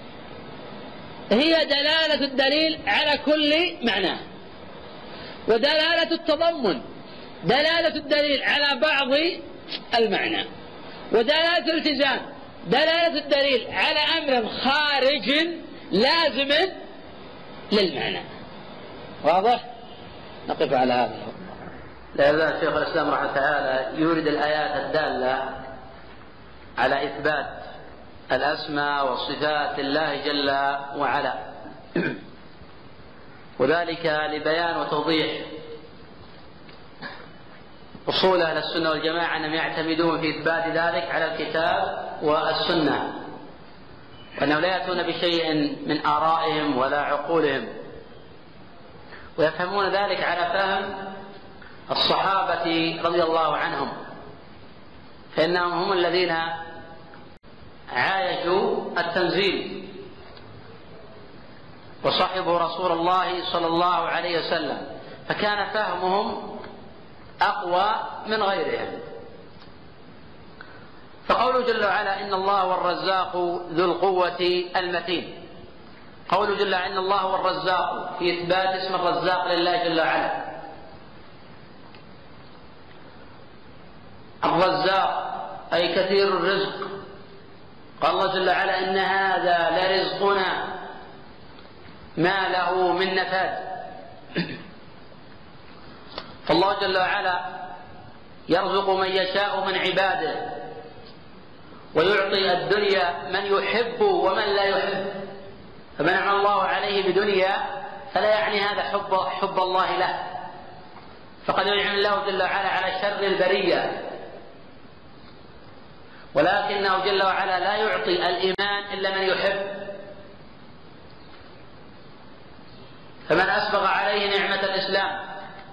هي دلالة الدليل على كل معناه، ودلالة التضمن دلالة الدليل على بعض المعنى، ودلالة الالتزام دلالة الدليل على أمر خارج لازم للمعنى. واضح؟ نقف على هذا. لا يزال شيخ الإسلام رحمه الله تعالى يورد الآيات الدالة على إثبات الأسماء والصفات لله جل وعلا، وذلك لبيان وتوضيح أصول أهل السنة والجماعة أنهم يعتمدون في إثبات ذلك على الكتاب والسنة، وأنهم لا يأتون بشيء من آرائهم ولا عقولهم، ويفهمون ذلك على فهم الصحابة رضي الله عنهم، فإنهم هم الذين عايشوا التنزيل وصحبوا رسول الله صلى الله عليه وسلم، فكان فهمهم أقوى من غيرهم. فقوله جل وعلا إن الله هو الرزاق ذو القوة المتين، قوله جل وعلا إن الله هو الرزاق في إثبات اسم الرزاق لله جل وعلا. الرزاق أي كثير الرزق. قال الله جل وعلا إن هذا لرزقنا ما له من نفاد. فالله جل وعلا يرزق من يشاء من عباده، ويعطي الدنيا من يحب ومن لا يحب. فمن أنعم الله عليه بدنيا فلا يعني هذا حب, حب الله له، فقد ينعم الله جل وعلا على شر البرية، ولكنه جل وعلا لا يعطي الإيمان إلا من يحب. فمن أسبغ عليه نعمة الإسلام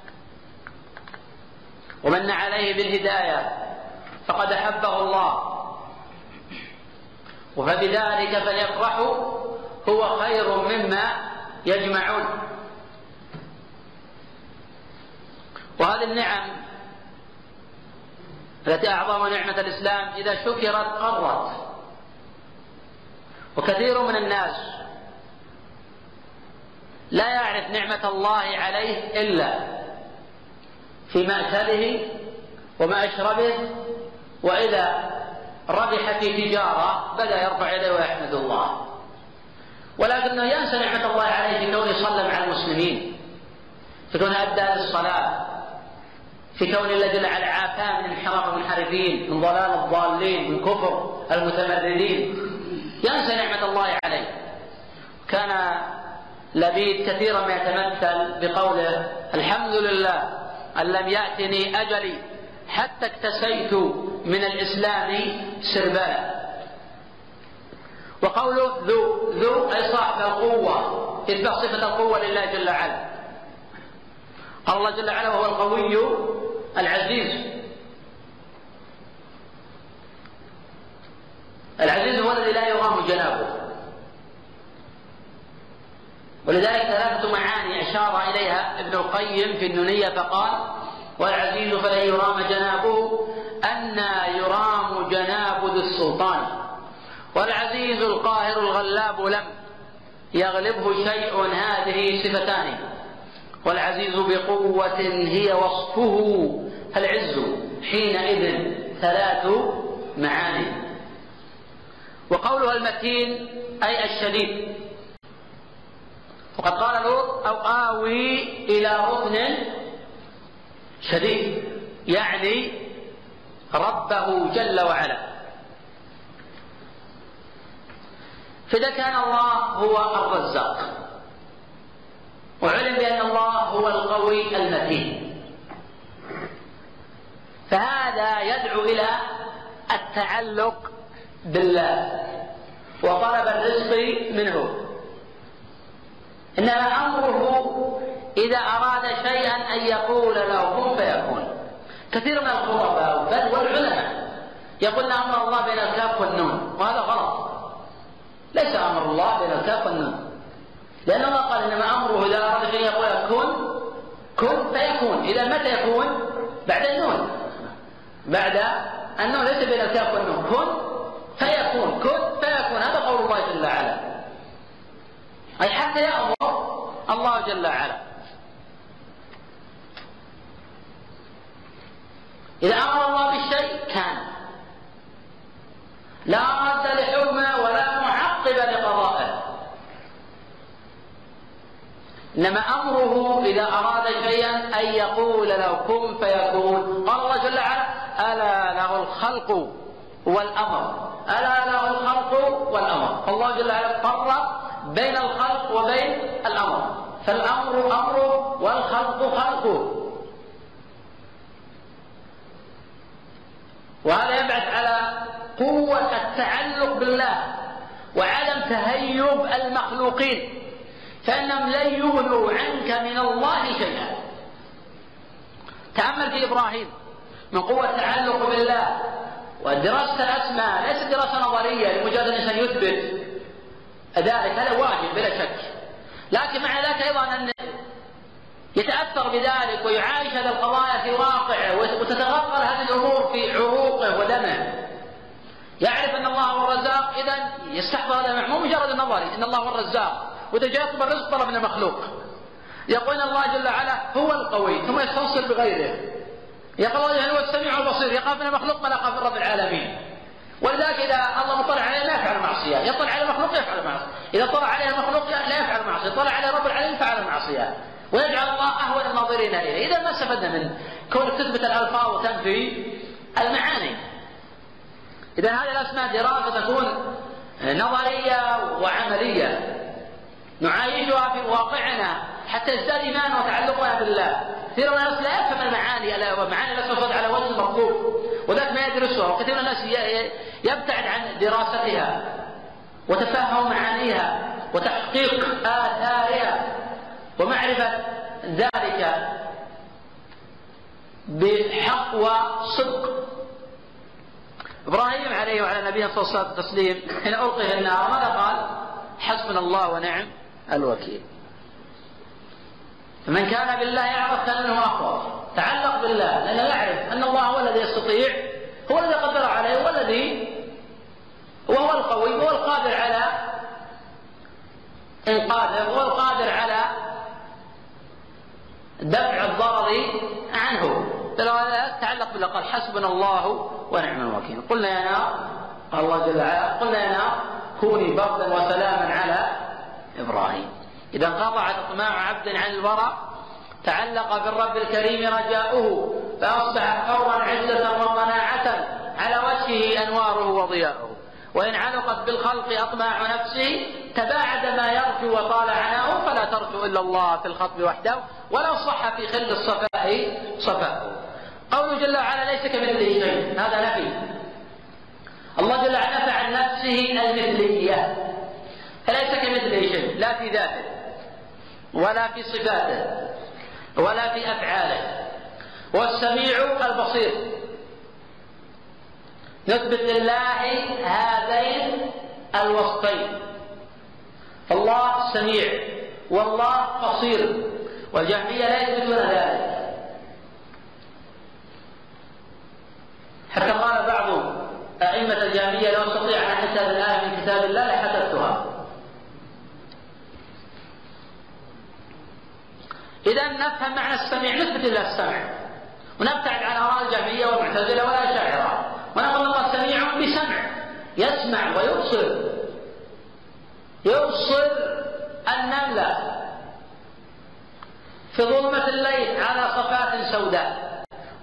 ومن عليه بالهداية فقد أحبه الله، وفبذلك فليفرحوا هو خير مما يجمعون. وهذه النعم التي أعظم نعمة الإسلام إذا شكرت قرت، وكثير من الناس لا يعرف نعمة الله عليه إلا في مأكله ومشربه، وإذا ربح في تجارة بدأ يرفع يديه ويحمد الله، ولكنه ينسى نعمة الله عليه في كونه صلى مع المسلمين، في كونه أدى للصلاة، في كون الله جل وعلا عافاه من انحراف المنحرفين، من ضلال الضالين، من كفر المتمردين. ينسى نعمة الله عليه. كان لبيد كثيرا ما يتمثل بقوله الحمد لله أن لم يأتني أجلي حتى اكتسيت من الإسلام سربالا. وقوله ذو ذو أي صاحب القوة، إثبات صفة القوة لله جل وعلا. قال الله جل وعلا وهو القوي العزيز. العزيز هو الذي لا يرام جنابه، ولذلك ثلاثة معاني أشار إليها ابن القيم في النونية فقال والعزيز فلا يرام جنابه أن يرام جناب ذو السلطان، والعزيز القاهر الغلاب لم يغلبه شيء، هذه صفتان، والعزيز بقوة هي وصفه، فالعز حينئذ ثلاث معاني. وقولها المتين أي الشديد، وقد قال لوط أو آوي إلى ركن شديد، يعني ربه جل وعلا. فإذا كان الله هو الرزاق، وعلم بأن الله هو القوي المتين، فهذا يدعو إلى التعلق بالله وطلب الرزق منه. إنما أمره إذا أراد شيئا أن يقول له كن فيكون. كثير من الخطباء بل والعلماء يقول أمر الله بين الكاف والنون، وهذا غلط. ليس أمر الله بين الكاف والنون، لأن الله قال إنما أمره إذا أراد شيئا يقول كن كن فيكون. إذا متى يكون؟ بعد النون، بعد النون، ليس بين الكاف والنون. كن فيكون، كن فيكون، هذا قول الله جل وعلا، أي حتى يأمر الله جل وعلا. إذا أمر الله بالشيء كان، لا رد لحكمه ولا معقب لقضائه. إنما أمره إذا أراد شيئا أن يقول له كن فيكون. قال الله جل وعلا ألا له الخلق والأمر، ألا له الخلق والأمر. فالله جل وعلا فرق بين الخلق وبين الأمر، فالأمر أمره والخلق خلقه. وهذا يبعث على قوة التعلق بالله وعدم تهيب المخلوقين، فإنهم لن يغنوا عنك من الله شيئا. تأمل في إبراهيم من قوة التعلق بالله ودراسة الأسماء، ليست دراسة نظرية لمجرد الإنسان يثبت ذلك، هذا واجب بلا شك، لكن مع ذلك أيضا أن يتأثر بذلك ويعايش هذه القضايا في واقعه وتتغلغل هذه الأمور في عروقه ودمه. يعرف أن الله هو الرزاق، إذن يستحضر هذا مو مجرد النظري إن الله هو الرزاق، وإذا جاء يطلب الرزق طلب من المخلوق. يقول إن الله جل وعلا هو القوي ثم يستنصر بغيره. يقول الله هو السميع البصير، يخاف من المخلوق ما لا يخاف من رب العالمين. ولذلك إذا الله مطلع عليه لا يفعل معصية، يطلع على المخلوق يفعل معصية، إذا طلع عليه المخلوق لا يفعل معصية، طلع على رب العالمين فعل معصية، ويجعل الله أهون الناظرين إليه. إذا ما استفدنا من كونك تثبت الألفاظ وتنفي المعاني. إذا هذه الأسماء دراسة تكون نظرية وعملية نعايشها في واقعنا حتى يزداد إيماننا وتعلقنا بالله. كثير من الناس لا يفهم المعاني، معاني الأسماء على وجه المطلوب، وذاك ما يدرسها، وكثير من الناس يبتعد عن دراستها وتفهم معانيها وتحقيق آثارها ومعرفة ذلك بحق وصدق. إبراهيم عليه وعلى نبينا صلى الله عليه وسلم تسليم حين ألقي في النار ماذا قال؟ حسبنا الله ونعم الوكيل. فمن كان بالله يعرف كان منه أخوف، تعلق بالله لأنه يعرف أن الله هو الذي يستطيع، هو الذي قدر عليه، هو الذي وهو القوي، هو القادر على إنقاذه، هو القادر على دفع الضرر عنه. فلو تعلق بالله قال حسبنا الله ونعم الوكيل. قلنا يا نار، قال الله جل وعلا قلنا يا نار كوني بردا وسلاما على إبراهيم. إذا انقطعت اطماع عبد عن الورع تعلق بالرب الكريم رجاؤه، فأصبح حرا عزة وقناعة على وجهه أنواره وضياؤه. وإن علقت بالخلق أطماع نفسه تباعد ما يرجو وطال عناؤه، فلا ترجو إلا الله في الخطب وحده ولو صح في خل الصفاء صفاءه. قوله جل وعلا ليس كمثله شيء، هذا نفي. الله جل وعلا نفى عن نفسه المثلية، فليس كمثله شيء لا في ذاته ولا في صفاته ولا في أفعاله. والسميع البصير، نثبت لله هذين الوصفين، الله سميع والله بصير، والجهمية لا يثبتون ذلك. حتى قال بعض أئمة الجهمية لو استطيع أن أحسب الآية من كتاب الله لحسبتها. إذا نفهم معنى السميع، نثبت لله السمع ونبتعد عن آراء الجهمية والمعتزلة والأشاعرة، ونقول الله سميع بسمع، يسمع ويبصر، يبصر النملة في ظلمة الليل على صفات سوداء،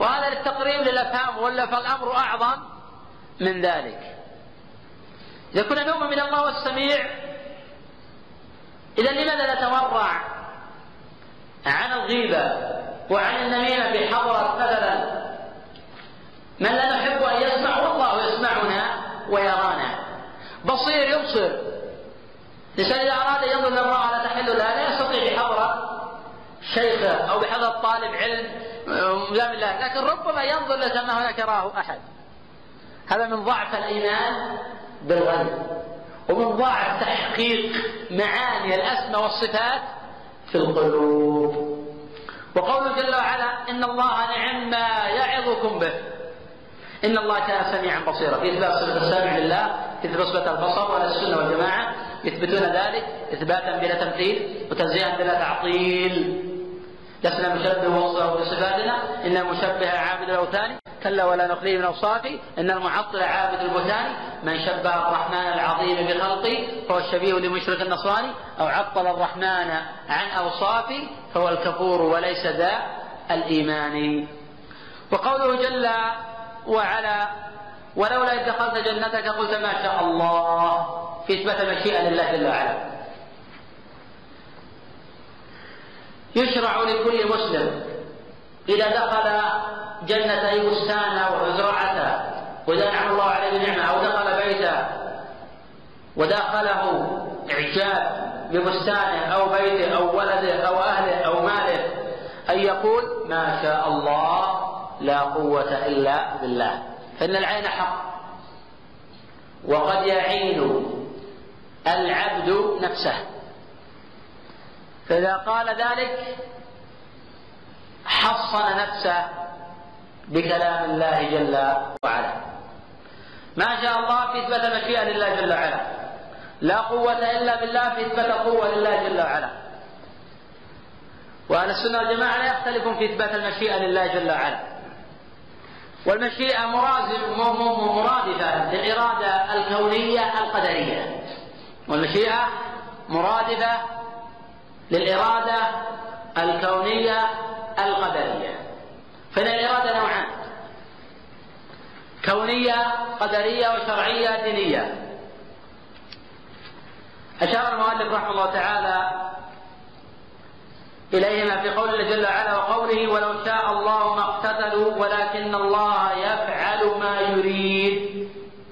وهذا للتقريب للأفهام، ولا فالأمر أعظم من ذلك. إذا كنا نؤمن من الله والسميع، إذا لماذا نتورع عن الغيبة وعن النميمة بحضرة مثلا من لا نحب أن يسمع، والله يسمعنا ويرانا، بصير يبصر. الإنسان إذا أراد أن ينظر للمرأة لا تحل لها لا يستطيع بحضرة شيخه أو بحضرة طالب علم مجام الله، لكن ربما ينظر لكأنه لا يراه أحد. هذا من ضعف الإيمان بالغيب، ومن ضعف تحقيق معاني الأسماء والصفات في القلوب. وقوله جل وعلا إن الله نعم ما يعظكم به، إن الله كان سميعا بصيرا، في إثبات صفة السمع لله، في إثبات صفة البصر، وأهل السنة والجماعة يثبتون ذلك إثباتا بلا تمثيل وتنزيها بلا تعطيل. لسنا نشبه وصفه بصفاتنا، إن المشبه عابد الأوثان كلا ولا نخليه من أوصافه، إن المعطل عابد البهتان، من شبه الرحمن العظيم بخلقه فهو الشبيه لمشرك النصراني، أو عطل الرحمن عن أوصافه فهو الكفور وليس ذا الإيمان. وقوله جل وعلا ولولا إذ دخلت جنتك قلت ما شاء الله، في إثبات المشيئة لله جل وعلا. يشرع لكل مسلم إذا دخل جنته بستانه وزرعته، وإذا أنعم الله عليه بنعمة، أو دخل بيته وداخله إعجاب ببستانه أو بيته أو ولده أو أهله أو ماله، أن يقول ما شاء الله لا قوة إلا بالله، فإن العين حق، وقد يعين العبد نفسه. فإذا قال ذلك حصن نفسه بكلام الله جل وعلا. ما شاء الله في إثبات المشيئة لله جل وعلا، لا قوة إلا بالله في إثبات القوة لله جل وعلا. وأهل السنة والجماعة لا يختلفون في إثبات المشيئة لله جل وعلا. والمشيئة مرادفة للإرادة الكونية القدرية، والمشيئة مرادفة للإرادة الكونية القدرية. فإن الإرادة نوعان، كونية قدرية وشرعية دينية. أشار المؤلف رحمه الله تعالى إليهما في قول الله جل وعلا وقوله ولو شاء الله ما اقتتلوا ولكن الله يفعل ما يريد.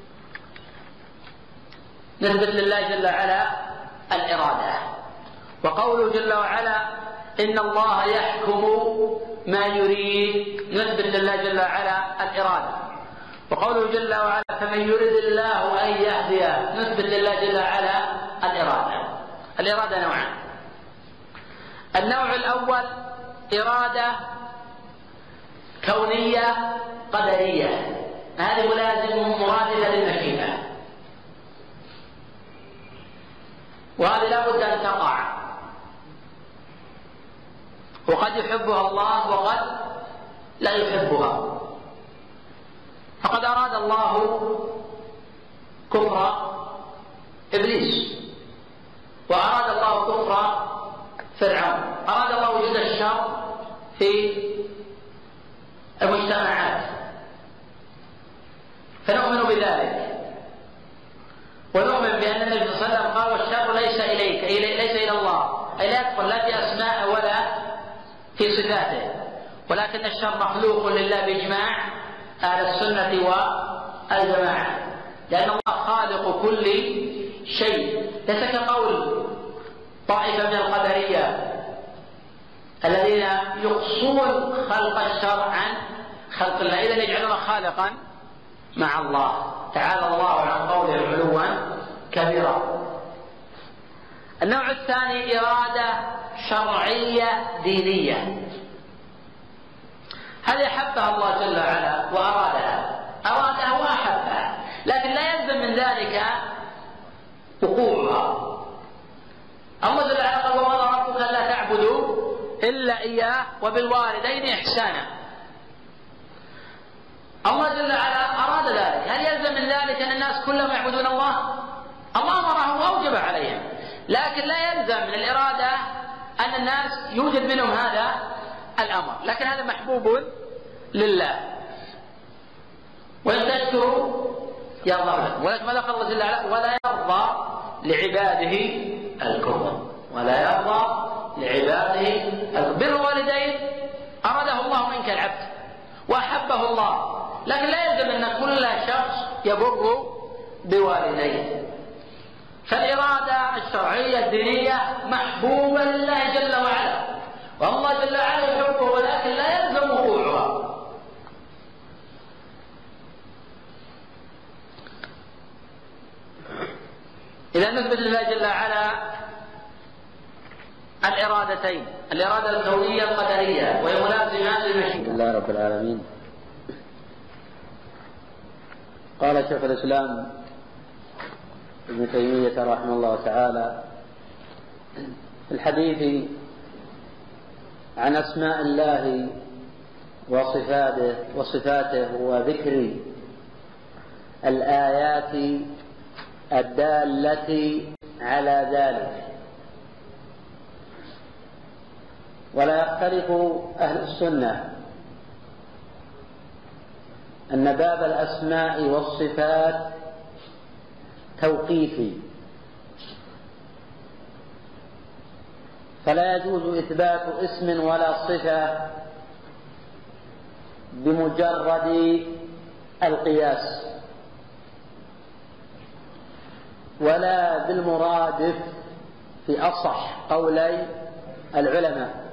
نثبت لله جل وعلا الإرادة. وقوله جل وعلا إن الله يحكم ما يريد، نثبت لله جل وعلا الإرادة. وقوله جل وعلا فمن يرد الله أن يهديه، نثبت لله جل وعلا الإرادة. الإرادة نوعان، النوع الأول إرادة كونية قدرية، هذه ملازم مرادفة للمشيئة، وهذه لا بد أن تقع، وقد يحبها الله وقد لا يحبها. فقد أراد الله كفر إبليس، وأراد الله كفر فرعون، أراد الله وجود الشر في المجتمعات، فنؤمن بذلك، ونؤمن بأن النبي صلى الله عليه وسلم قال والشر ليس إليك، ليس إلى الله، أي لا يدخل لا في أسماء ولا في صفاته، ولكن الشر مخلوق لله بإجماع أهل السنة والجماعة، لأن الله خالق كل شيء، ليس كقول طائفة من القدرية الذين يقصون خلق الشر عن خلق الله، إذا يجعلون خالقا مع الله، تعالى الله عن قوله علوا كبيرا. النوع الثاني إرادة شرعية دينية، هذه حبها الله جل وعلا وأرادها، أرادها وأحبها، لكن لا يلزم من ذلك وقوعها. الله جل وعلا قال وقضى ربك لا تعبدوا إلا إياه وبالوالدين إحسانا. الله جل وعلا أراد ذلك، هل يلزم من ذلك أن الناس كلهم يعبدون الله؟ الله أمرهم وأوجب عليهم، لكن لا يلزم من الإرادة أن الناس يوجد منهم هذا الأمر، لكن هذا محبوب لله، وإن تشكروا يرضى لكم. ولكن ماذا قال الله جل وعلا؟ ولا يرضى لعباده الكفر، ولا يرضى لعباده الكفر. بر الوالدين أراده الله منك العبد وأحبه الله، لكن لا يلزم أن كل شخص يبر بوالديه. فالإرادة الشرعية الدينية محبوبة لله جل وعلا، والله جل وعلا يحبه، ولكن لا يلزم وقوعها. إذا نثبت لله جل وعلا الإرادتين، الإرادة الكونية القدرية، وهي ملازمة للمشيئة. الحمد لله رب العالمين. قال شيخ الإسلام ابن تيمية رحمه الله تعالى في الحديث عن أسماء الله وصفاته وصفاته وذكر الآيات الدالة على ذلك. ولا يختلف أهل السنة أن باب الأسماء والصفات توقيفي، فلا يجوز إثبات اسم ولا صفة بمجرد القياس، ولا بالمرادف في أصح قولي العلماء.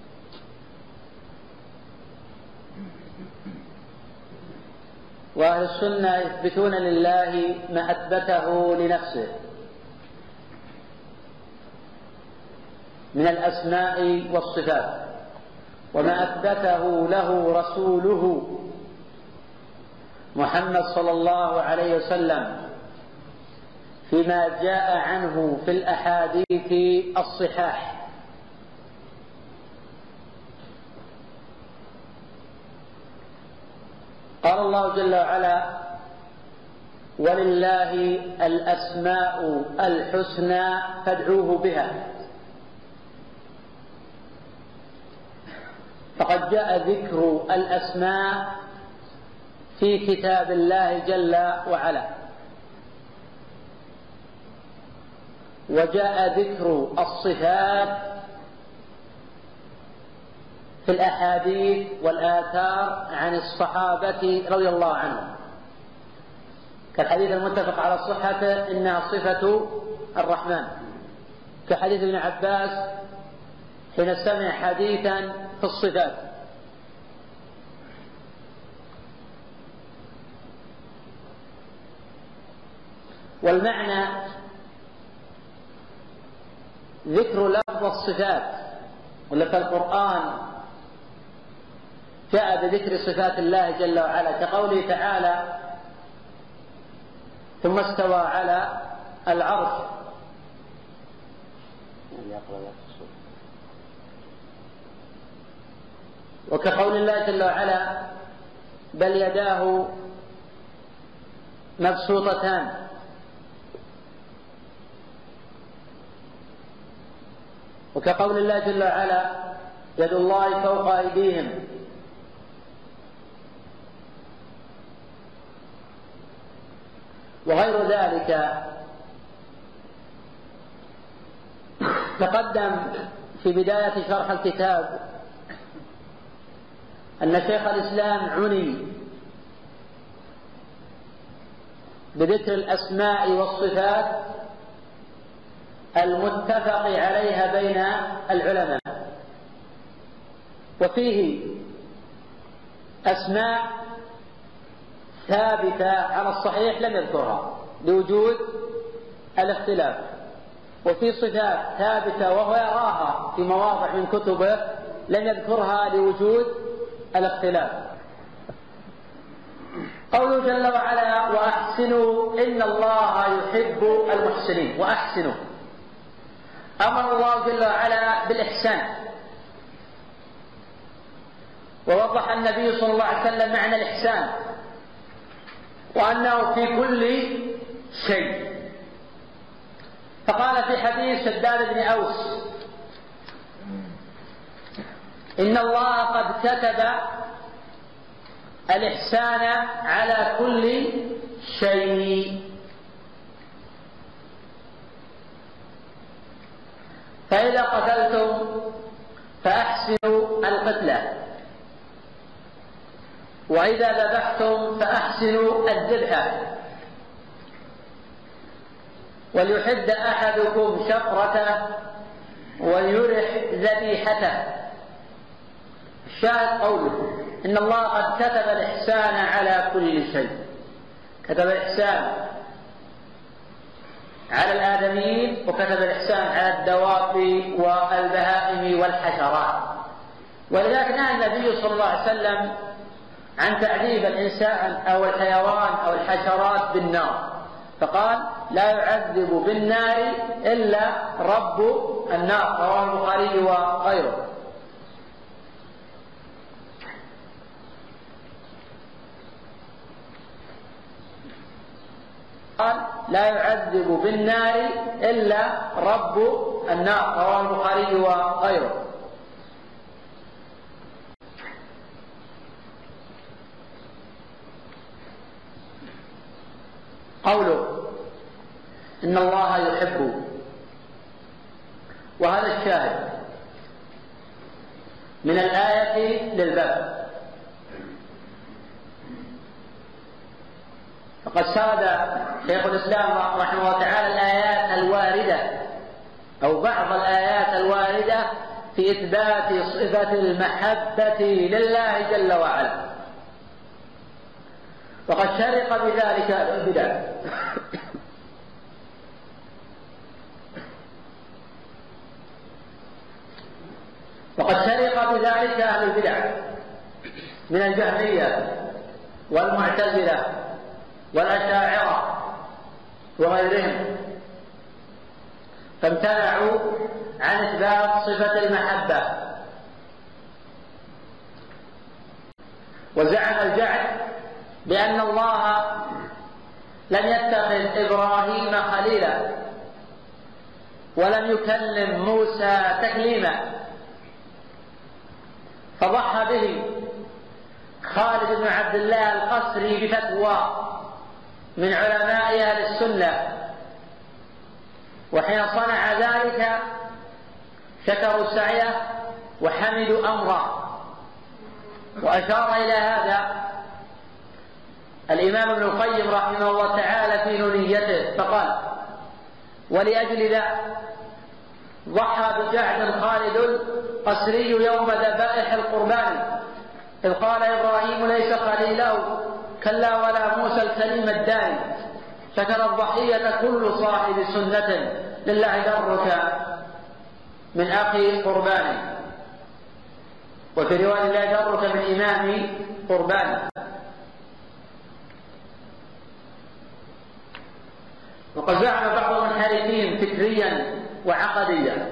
وأهل السنة يثبتون لله ما أثبته لنفسه من الأسماء والصفات، وما أثبته له رسوله محمد صلى الله عليه وسلم فيما جاء عنه في الأحاديث الصحاح. قال الله جل وعلا: ولله الأسماء الحسنى فادعوه بها. فقد جاء ذكر الأسماء في كتاب الله جل وعلا، وجاء ذكر الصفات في الأحاديث والآثار عن الصحابة رضي الله عنهم، كالحديث المتفق على صحته إنها صفة الرحمن، كحديث ابن عباس حين سمع حديثا في الصفات. والمعنى ذكر لفظ الصفات، ولف القرآن جاء بذكر صفات الله جل وعلا، كقوله تعالى: ثم استوى على العرش. وكقول الله جل وعلا: بل يداه مبسوطتان. وكقول الله جل وعلا: يد الله فوق أيديهم. وغير ذلك. تقدم في بداية شرح الكتاب أن شيخ الإسلام عني بذكر الأسماء والصفات المتفق عليها بين العلماء، وفيه أسماء ثابتة على الصحيح لم يذكرها لوجود الاختلاف، وفي صفات ثابتة وهو يراها في مواضع من كتبه لم يذكرها لوجود الاختلاف. قوله جل وعلا: وأحسنوا إن الله يحب المحسنين. وأحسنوا، أمر الله جل وعلا بالإحسان، ووضح النبي صلى الله عليه وسلم معنى الإحسان وأنه في كل شيء. فقال في حديث شداد بن أوس: إن الله قد كتب الإحسان على كل شيء. فإذا قتلتم فأحسنوا القتلة، وإذا ذبحتم فأحسنوا الذبحة، وليحد أحدكم شفرته وليرح ذبيحته. الشاهد قوله إن الله قد كتب الإحسان على كل شيء، كتب الإحسان على الآدميين، وكتب الإحسان على الدواب والبهائم والحشرات. ولذلك نهى النبي صلى الله عليه وسلم عن تعذيب الإنسان أو الحيوان أو الحشرات بالنار، فقال لا يعذب بالنار إلا رب النار، رواه البخاري وغيره. قال لا يعذب بالنار إلا رب النار، رواه البخاري وغيره. قوله إن الله يحب، وهذا الشاهد من الآية للباب. فقد سرد شيخ الإسلام رحمه الله تعالى الآيات الواردة أو بعض الآيات الواردة في إثبات صفة المحبة لله جل وعلا، وقد شرق بذلك البدع. وقد شرق بذلك أهل البدع من الجهمية والمعتزلة والأشاعرة وغيرهم، فامتنعوا عن إثبات صفة المحبة. وزعم الجعد بأن الله لم يتخذ إبراهيم خليلا ولم يكلم موسى تكليما، فضحى به خالد بن عبد الله القسري بفتوى من علماء أهل السنة، وحين صنع ذلك شكروا سعيه وحمدوا أمره. وأشار إلى هذا الإمام ابن القيم رحمه الله تعالى في نونيته فقال: ولأجل ذا ضحى بجعد خالد القسري يوم ذبائح القربان، إذ قال إبراهيم ليس خليله كلا ولا موسى الكليم الداني، شكر الضحية كل صاحب سنة لله درك من أخي قربان، وفي رواية لا درك من إمام قربان. وقد زعم بعض المنحرفين فكريا وعقديا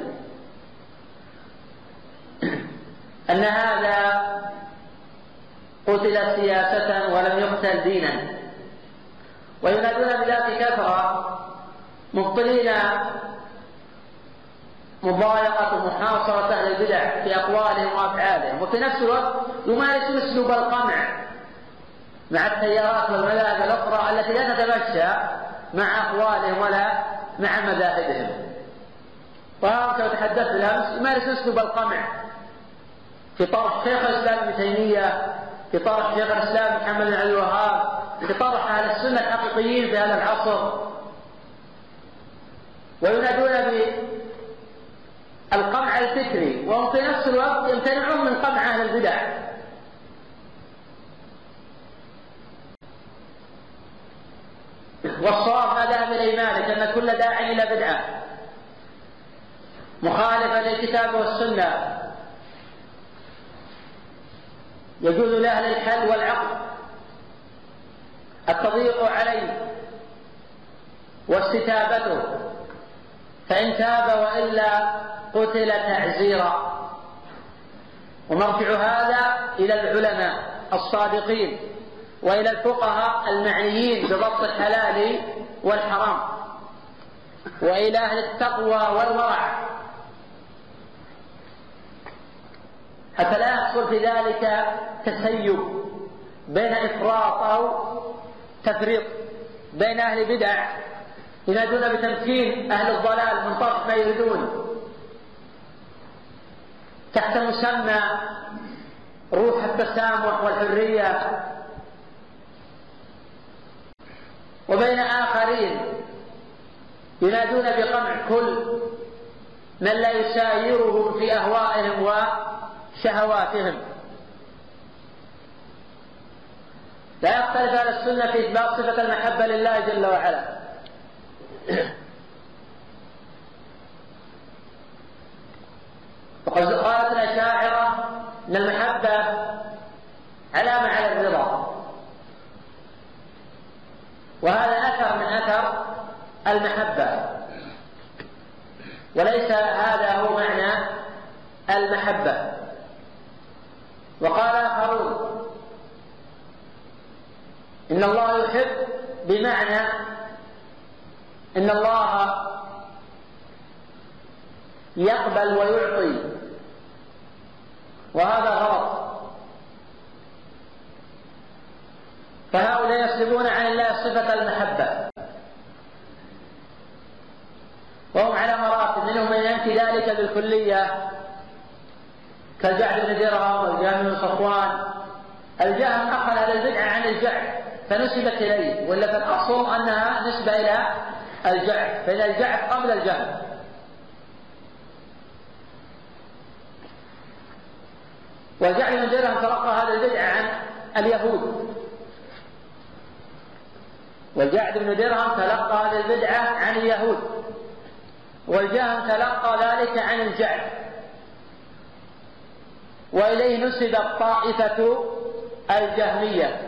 أن هذا قتل سياسة ولم يقتل دينا، وينادون بذات كثرة مبطلين مضايقة ومحاصرة أهل البدع في أقوالهم وأفعالهم، وفي نفس الوقت يمارسون أسلوب القمع مع التيارات والمذاهب الأخرى التي لا تتمشى مع أقوالهم ولا مع مذاهبهم. وهم كما تحدثت بالأمس يمارسون أسلوب القمع في طرح شيخ الإسلام ابن تيمية، في طرح شيخ الإسلام محمد بن عبد الوهاب، في طرح أهل السنة الحقيقيين في هذا العصر، وينادون بالقمع الفكري وهم في نفس الوقت يمتنعون من قمع أهل البدع. والصواب ما ذهب إليه مالك أن كل داع إلى بدعة مخالفة للكتاب والسنة يجوز لأهل الحل والعقل التضييق عليه واستتابته، فإن تاب وإلا قتل تعزيرا. ومرجع هذا إلى العلماء الصادقين وإلى الفقهاء المعنيين بضبط الحلال والحرام، وإلى أهل التقوى والورع، حتى لا يحصل في ذلك تسيب بين إفراط أو تفريط، بين أهل بدع ينادون بتمكين أهل الضلال من طرف ما يريدون تحت مسمى روح التسامح والحرية، وبين آخرين ينادون بقمع كل من لا يسايرهم في أهوائهم وشهواتهم. لا يختلف أهل السنة في إثبات صفة المحبة لله جل وعلا. وقد قالت الأشاعرة أن المحبة علامة على الرضا، وهذا أثر من أثر المحبة، وليس هذا هو معنى المحبة. وقال آخرون إن الله يحب بمعنى إن الله يقبل ويعطي، وهذا غلط. فهؤلاء يسلبون عن الله صفة المحبة، وهم على مراتب، منهم من ينفي ذلك بالكلية كالجعد بن درهم والجهم بن صفوان. الجهم أخذ هذا البدعة عن الجعد فنسبت إليه، ولا في الأصل أنها نسبة إلى الجعد، فإن الجعد قبل الجهم. والجعد بن درهم تلقى هذا البدعة عن اليهود، والجعد بن درهم تلقى هذه البدعة عن اليهود، والجهم تلقى ذلك عن الجعد، وإليه نسبت طائفة الجهمية.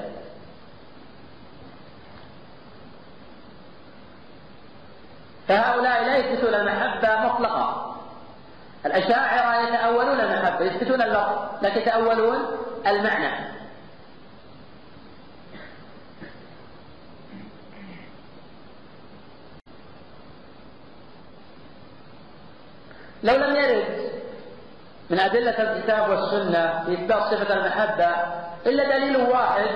فهؤلاء لا يثبتون المحبة مطلقة. الأشاعرة يتأولون المحبة، يثبتون اللفظ لكن يتأولون المعنى. لو لم يرد من أدلة الكتاب والسنة في إثبات صفة المحبة إلا دليل واحد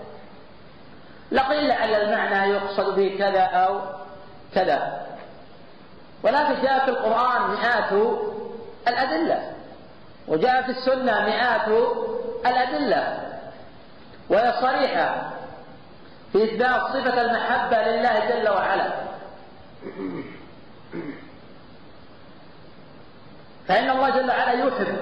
لقيل لعل المعنى يقصد به كذا أو كذا، ولكن جاء في القرآن مئات الأدلة، وجاء في السنة مئات الأدلة، وهي صريحة في إثبات صفة المحبة لله جل وعلا. فإن الله جل وعلا يحب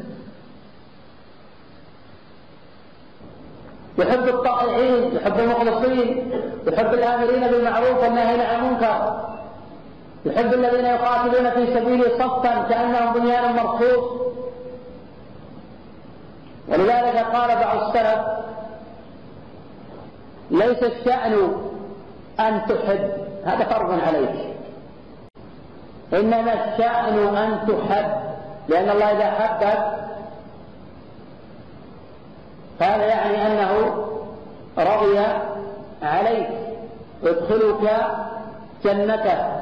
يحب الطائعين، يحب المخلصين، يحب الآمرين بالمعروف والناهين عن المنكر، يحب الذين يقاتلون في سبيله صفا كأنهم بنيان مرصوص. ولذلك قال بعض السلف ليس الشأن أن تحب، هذا فرض عليك، إنما الشأن أن تحب، لأن الله إذا حبك هذا يعني أنه رضي عليك يدخلك جنته.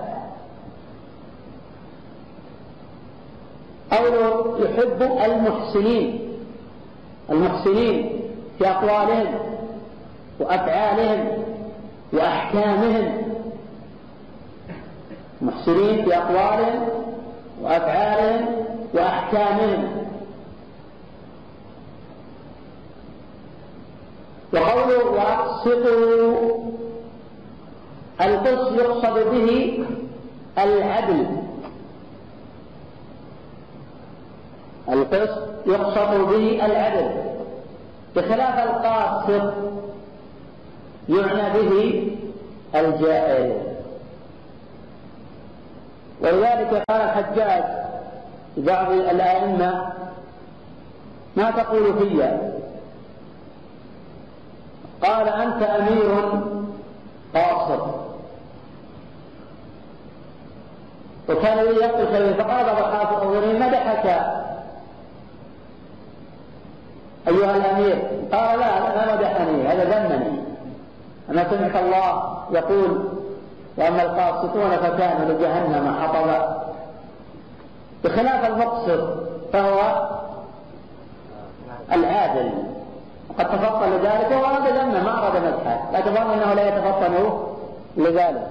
أو يحب المحسنين، المحسنين في أقوالهم وأفعالهم وأحكامهم، محسنين في أقوالهم وأفعالهم وأحكامهم. وقوله وأقسطوا، القسط يقصد به العدل، القسط يقصد به العدل، بخلاف القاسط يعنى به الجائر. ولذلك قال الحجاج بعض الأئمة ما تقول فيا؟ قال أنت أمير قاصر. وكان يقول شيء فقال بعض الحافظين مدحك أيها الأمير، قال لا ما مدحني، هذا ذمني. أنا سمعت الله يقول وأما القاسطون فكانوا لجهنم حطبا. بخلاف المقسط فهو العادل، قد تفطن لذلك وأراد ذمه ما أراد مدحه، لكن ظن أنه لا يتفطن لذلك.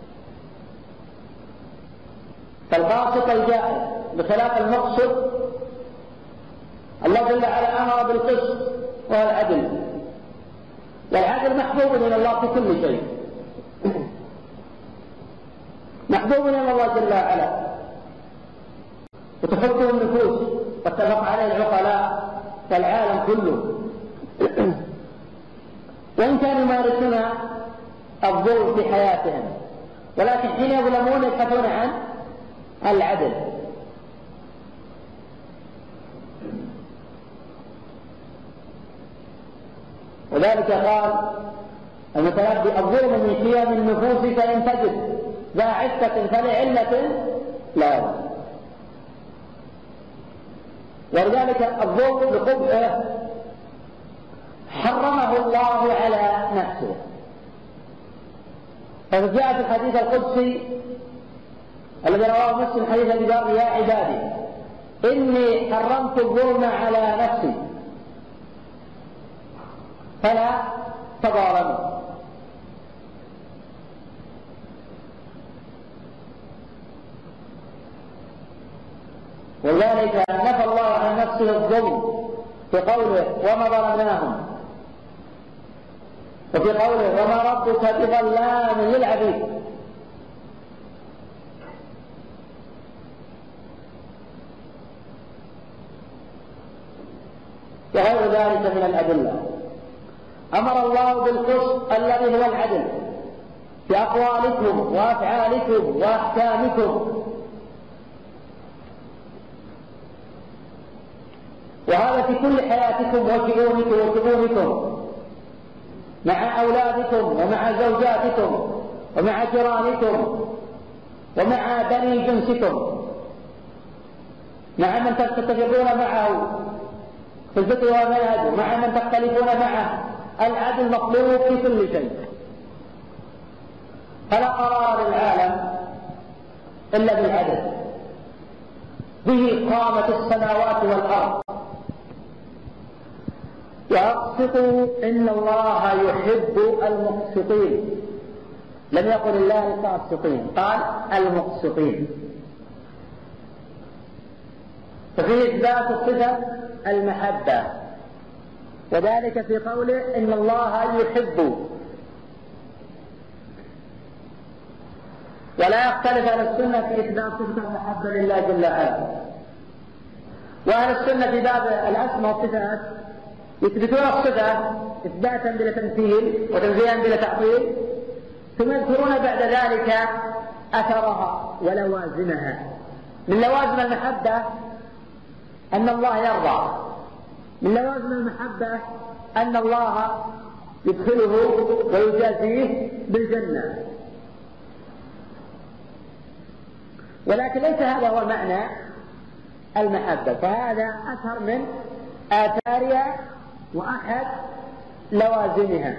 فالباسط الجائز بخلاف المقصد الله جل وعلا أمر بالقسط وهو العدل، والعدل محبوب إلى الله في كل شيء، محبوب إلى الله جل وعلا وتحبه النفوس واتفق عليه العقلاء والعالم كله. وإن كانوا يمارسون الظلم في حياتهم، ولكن حين يظلمون يبحثون عن العدل. وذلك قال المتنبي: الظلم من قيم النفوس فإن تجد ذا عفة فلعلة لا. ولذلك الظلم بقبحه حرمه الله على نفسه، فجاء في الحديث القدسي الذي رواه مسلم حديث ابي ذر: يا عبادي إني حرمت الظلم على نفسي فلا تظالموا. ولذلك نفى الله عن نفسه الظلم في قوله: وما ظلمناهم، وفي قوله: وما ربك بظلام للعبيد. وغير ذلك من الأدلة. أمر الله بالقسط الذي هو العدل في أقوالكم وأفعالكم وأحكامكم، وهذا في كل حياتكم وشؤونكم وشؤونكم مع أولادكم ومع زوجاتكم ومع جيرانكم ومع بني جنسكم، مع من تتفقون معه في الفقه والمنهج ومع من تختلفون معه. العدل مطلوب في كل شيء، فلا قرار للعالم إلا بالعدل، به قامت السماوات والأرض. وأقسطوا إن الله يحب المقسطين، لم يقل الله القاسطين، قال المقسطين. ففيه إثبات صفة المحبة، وذلك في قوله: إن الله يحب. ولا يختلف أهل السنة في إثبات صفة المحبة لله جل وعلا. وأهل السنة في باب الأسماء والصفات يثبتون الصفة إثباتا بلا تمثيل وتنزيها بلا تعطيل، ثم يذكرون بعد ذلك أثرها ولوازمها. من لوازم المحبة أن الله يرضى، من لوازم المحبة أن الله يدخله ويجازيه بالجنة. ولكن ليس هذا هو معنى المحبة، فهذا أثر من آثارها وأحد لوازمها.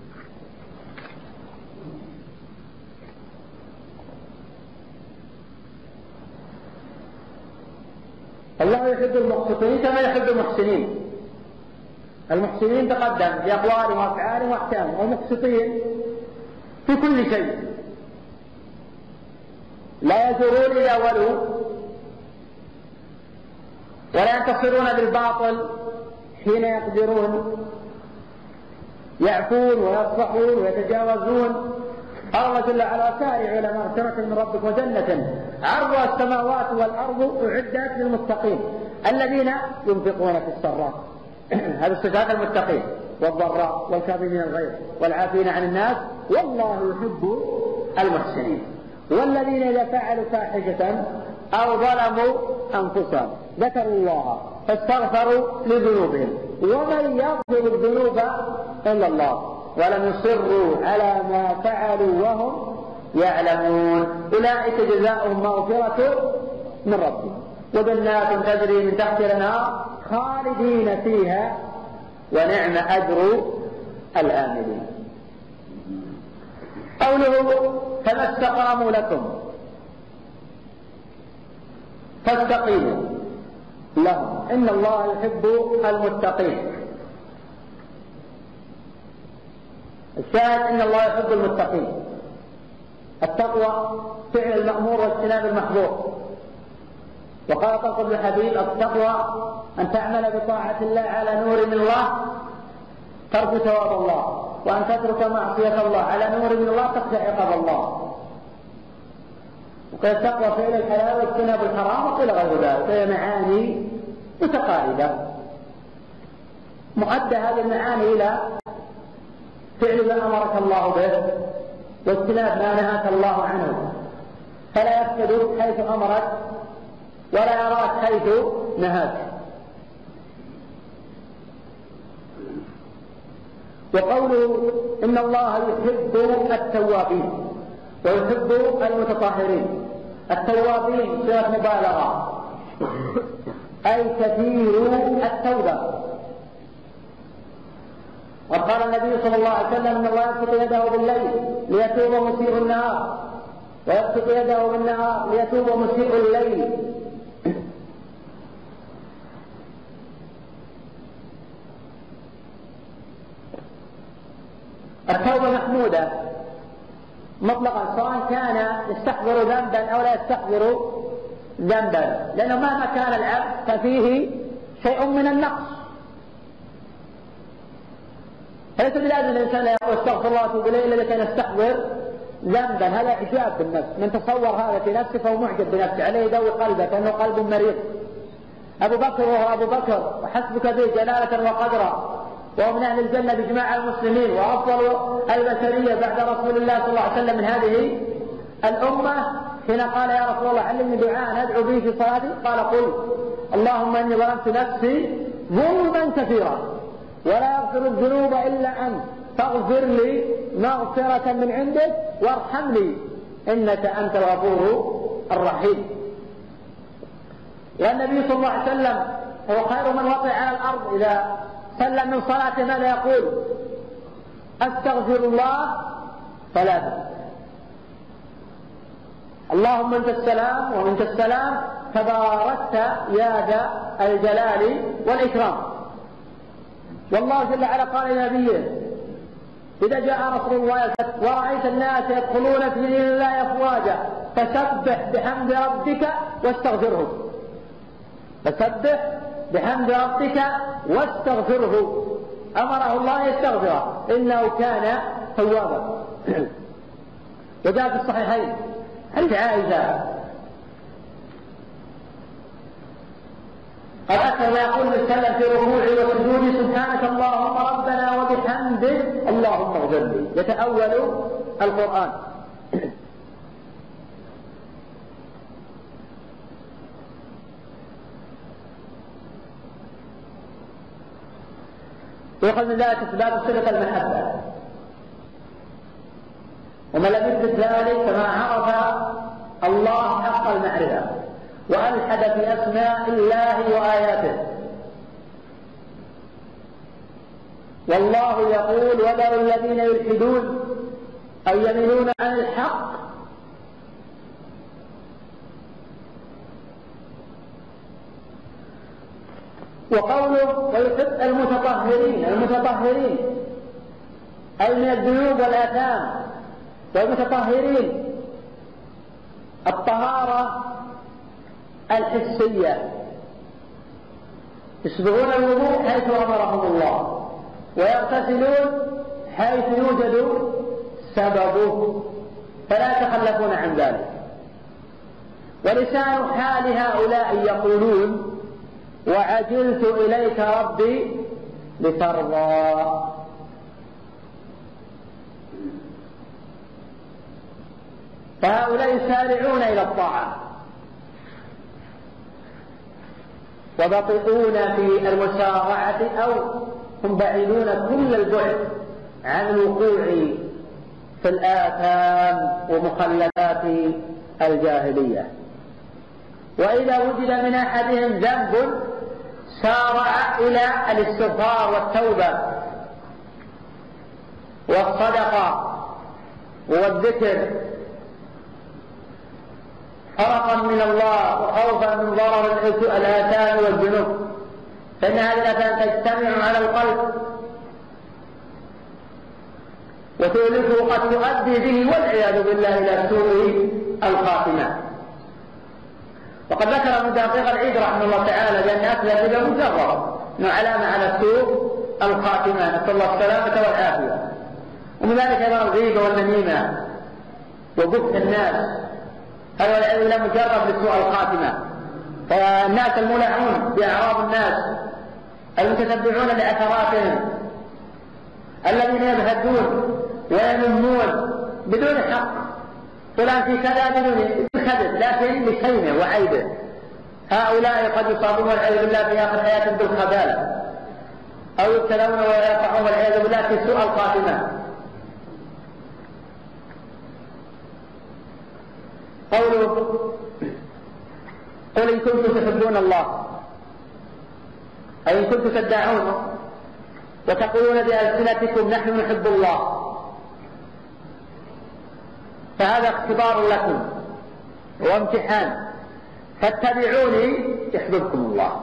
الله يحب المقسطين كما يحب المحسنين. المحسنين تقدم بأقوالهم وأفعالهم وأحكامهم، والمقسطين في كل شيء لا يزورون إذا ولوا ولا ينتصرون بالباطل حين يقدرون، يعفون ويصفحون ويتجاوزون. قال الله جل وعلا: سارعوا إلى مغفرة من ربكم وجنة عرضها السماوات والأرض أعدت للمتقين الذين ينفقون في السراء. هذه صفات المتقين، والضراء والكاظمين الغيظ والعافين عن الناس والله يحب المحسنين. والذين إذا فعلوا فاحشة أو ظلموا أنفسهم ذكروا الله فاستغفروا لذنوبهم ومن يغفر الذنوب إلا الله ولم يصروا على ما فعلوا وهم يعلمون أولئك جزاؤهم مغفرة من ربهم وجنات تجري من تحت الأنهار خالدين فيها ونعم أجر العاملين. قوله: فما استقاموا لكم فاستقيموا لهم إن الله يحب المتقين. الشاهد أن الله يحب المتقين. التقوى فعل المأمور واجتناب المحظور. وقال طلق بن حبيب: التقوى أن تعمل بطاعة الله على نور من الله ترجو ثواب الله، وأن تترك معصية الله على نور من الله تخشى عقاب الله. وقال التقوى فعل الحلال واجتناب الحرام، وقيل غير ذلك، فهي معاني متقاربة. مؤدى هذه المعاني إلى فعل ما أمرك الله به واجتناب ما نهاك الله عنه، فلا يفقدك حيث أمرك ولا يراك حيث نهاك. وقوله إن الله يحب التوابين ويحب المتطهرين. التوابين صيغة مبالغة أي كثير التوبة. وقال النبي صلى الله عليه وسلم: إن الله يبسط يده بالليل ليتوب مسيء النهار، ويبسط يده بالنهار ليتوب مسيء الليل. التوبة محمودة مطلقا، سواء كان يستحضر ذنبا أو لا يستحضر ذنبا، لأنه مهما كان العبد ففيه شيء من النقص. فليس بلازم الإنسان يقول استغفر الله واتوب إليه إلا لكي يستحضر ذنبا، هذا إعجاب بالنفس. من تصور هذا في نفسه فهو معجب بنفسه، عليه يدوي قلبه كأنه قلب مريض. أبو بكر وهو أبو بكر وحسبك به جلالة وقدرا، وهو من أهل الجنة بإجماع المسلمين، وأفضل البشرية بعد رسول الله صلى الله عليه وسلم من هذه الأمة. حين قال: يا رسول الله علمني دعاء أدعو به في صلاتي، قال: قل اللهم إني ظلمت نفسي ظلما كثيرا ولا يغفر الذنوب إلا أنت فاغفر لي مغفرة من عندك وارحمني إنك أنت الغفور الرحيم. والنبي صلى الله عليه وسلم هو خير من وقع على الأرض. إذا سلم من صلاته ماذا يقول؟ أستغفر الله ثلاثة: اللهم أنت السلام ومنك السلام تباركت يا ذا الجلال والإكرام. والله جل وعلا قال لنبيه: إذا جاء نصر الله ورأيت الناس يدخلون في دين الله أفواجا فسبح بحمد ربك واستغفره. فسبح بحمد ربك واستغفره. أمره الله يستغفره إنه كان توابا. وجاء في الصحيحين حديث عائشة قد أكثر ما يقول السلام في ركوعه وسجوده: سبحانك اللهم ربنا وبحمدك اللهم اغفر لي. يتأول القرآن. ويأخذ من ذلك إثبات صفة المحبة، ومن لم يثبت ذلك فما عرف الله حق المعرفة وألحد في أسماء الله وآياته. والله يقول: وذروا الذين يلحدون أو يميلون عن الحق وقوله: ويحب المتطهرين. المتطهرين أي من الذنوب والآثام، والمتطهرين الطهارة الحسية، يسبغون الوضوء حيث أمرهم الله، ويغتسلون حيث يوجد سببه، فلا يتخلفون عن ذلك. ولسان حال هؤلاء يقولون: وعجلت إليك ربي لترضى. فهؤلاء يسارعون إلى الطاعة وبطئون في المسارعة، أو هم بعيدون كل البعد عن الوقوع في الآثام ومخلفات الجاهلية. وإذا وجد من أحدهم ذنب سارع إلى الاستغفار والتوبة والصدقة والذكر فرقا من الله وخوفا من ضرر الآثام والذنوب، فإن هذه الآثام تجتمع على القلب وثلثه قد تؤدي به والعياذ بالله إلى سوء الخاتمة. وقد ذكر ابن دقيق العيد رحمه الله تعالى بأن أكل الربا مجرد أنه علامة على سوء الخاتمة، نسأل الله السلامة والعافية. ومن ذلك أيضا الغيبة والنميمة وبث الناس، هذا والعياذ بالله مجرد لسوء الخاتمة. فالناس المولعون بأعراض الناس المتتبعون لأثراتهم الذين يبهدون وينمون بدون حق، فلان في كذا بدون كذب لكن لشيمه وعيبه، هؤلاء قد يصابون والعياذ بالله في آخر حياتهم بالخبالة أو يبتلون ويقعون والعياذ بالله في سوء الخاتمة. قوله قل إن كنتم تحبون الله، أي إن كنتم تدعون وتقولون بألسنتكم نحن نحب الله، فهذا اختبار لكم وامتحان، فاتبعوني يحببكم الله،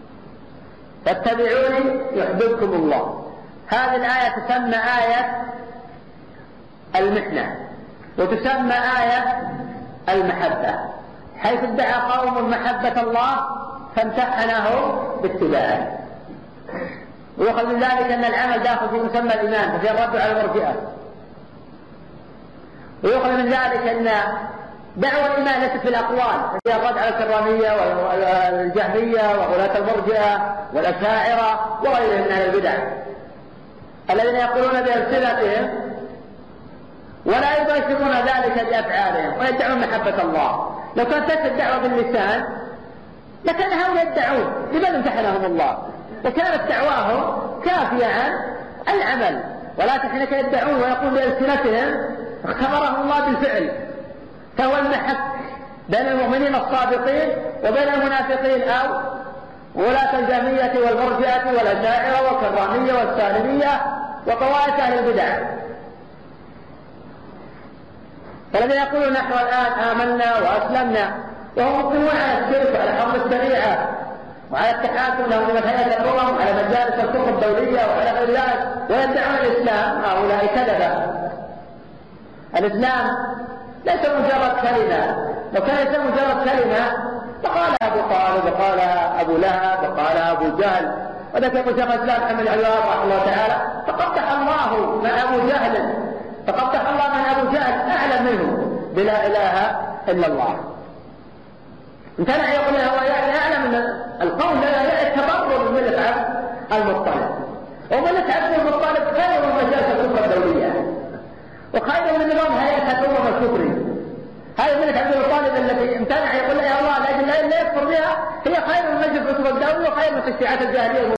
فاتبعوني يحببكم الله. هذه الآية تسمى آية المحنة وتسمى آية المحبة، حيث ادعى قوم محبة الله فامتحنه باتباعه. ويؤخذ من ذلك أن العمل داخل في مسمى الإيمان، ففي الرد على المرجئة. ويؤخذ من ذلك أن دعوة الإيمان ليست في الأقوال، ففي الرد على الكرامية والجهمية وغلاة المرجئة والأشاعرة وغيرهم من أهل البدع الذين يقولون بألسنتهم ولا يباشرون ذلك بأفعالهم ويدعون محبة الله. لو كانت تلك الدعوة باللسان لكان هؤلاء يدعون، لماذا امتحنهم الله؟ وكانت دعواهم كافية عن العمل، ولكن حينك يدعون ويقول بألسنتهم اختبرهم الله بالفعل. فهو المحك بين المؤمنين الصادقين وبين المنافقين أو ولاة الجهمية والمرجئة والأشاعرة والكرامية والسالمية وطوائف أهل البدع. فالذين يقولون نحن الآن آمنا وأسلمنا وهم مقيمون على الشرك وعلى حرب الشريعة وعلى التحاكم لهم من هيئة الأمم وعلى مجالس الحقوق الدولية وعلى غير ذلك ويدعون الإسلام، هؤلاء كذبة. الإسلام ليس مجرد كلمة، لو كان الإسلام مجرد كلمة فقال أبو طالب وقال أبو لهب وقال أبو جهل، وذلك يقول شيخ الإسلام محمد بن عبد الوهاب رحمه الله تعالى فقبح الله من أبو جهل، فقبح الله من أبو جهل أعلم منه بلا إله إلا الله. امتنع يقول هو يعني أعلم من القول لا يتبرر من ملة عبد المطلب، وملة عبد المطلب خير من مجالس الكفر الدولية وخير من نظام هيئة الأمم الكفري. هذه ملة عبد المطلب التي امتنع يقول يا الله لا يكفر بها هي خير من مجلس الكفر الدولي وخير من تشريعات الجاهلية.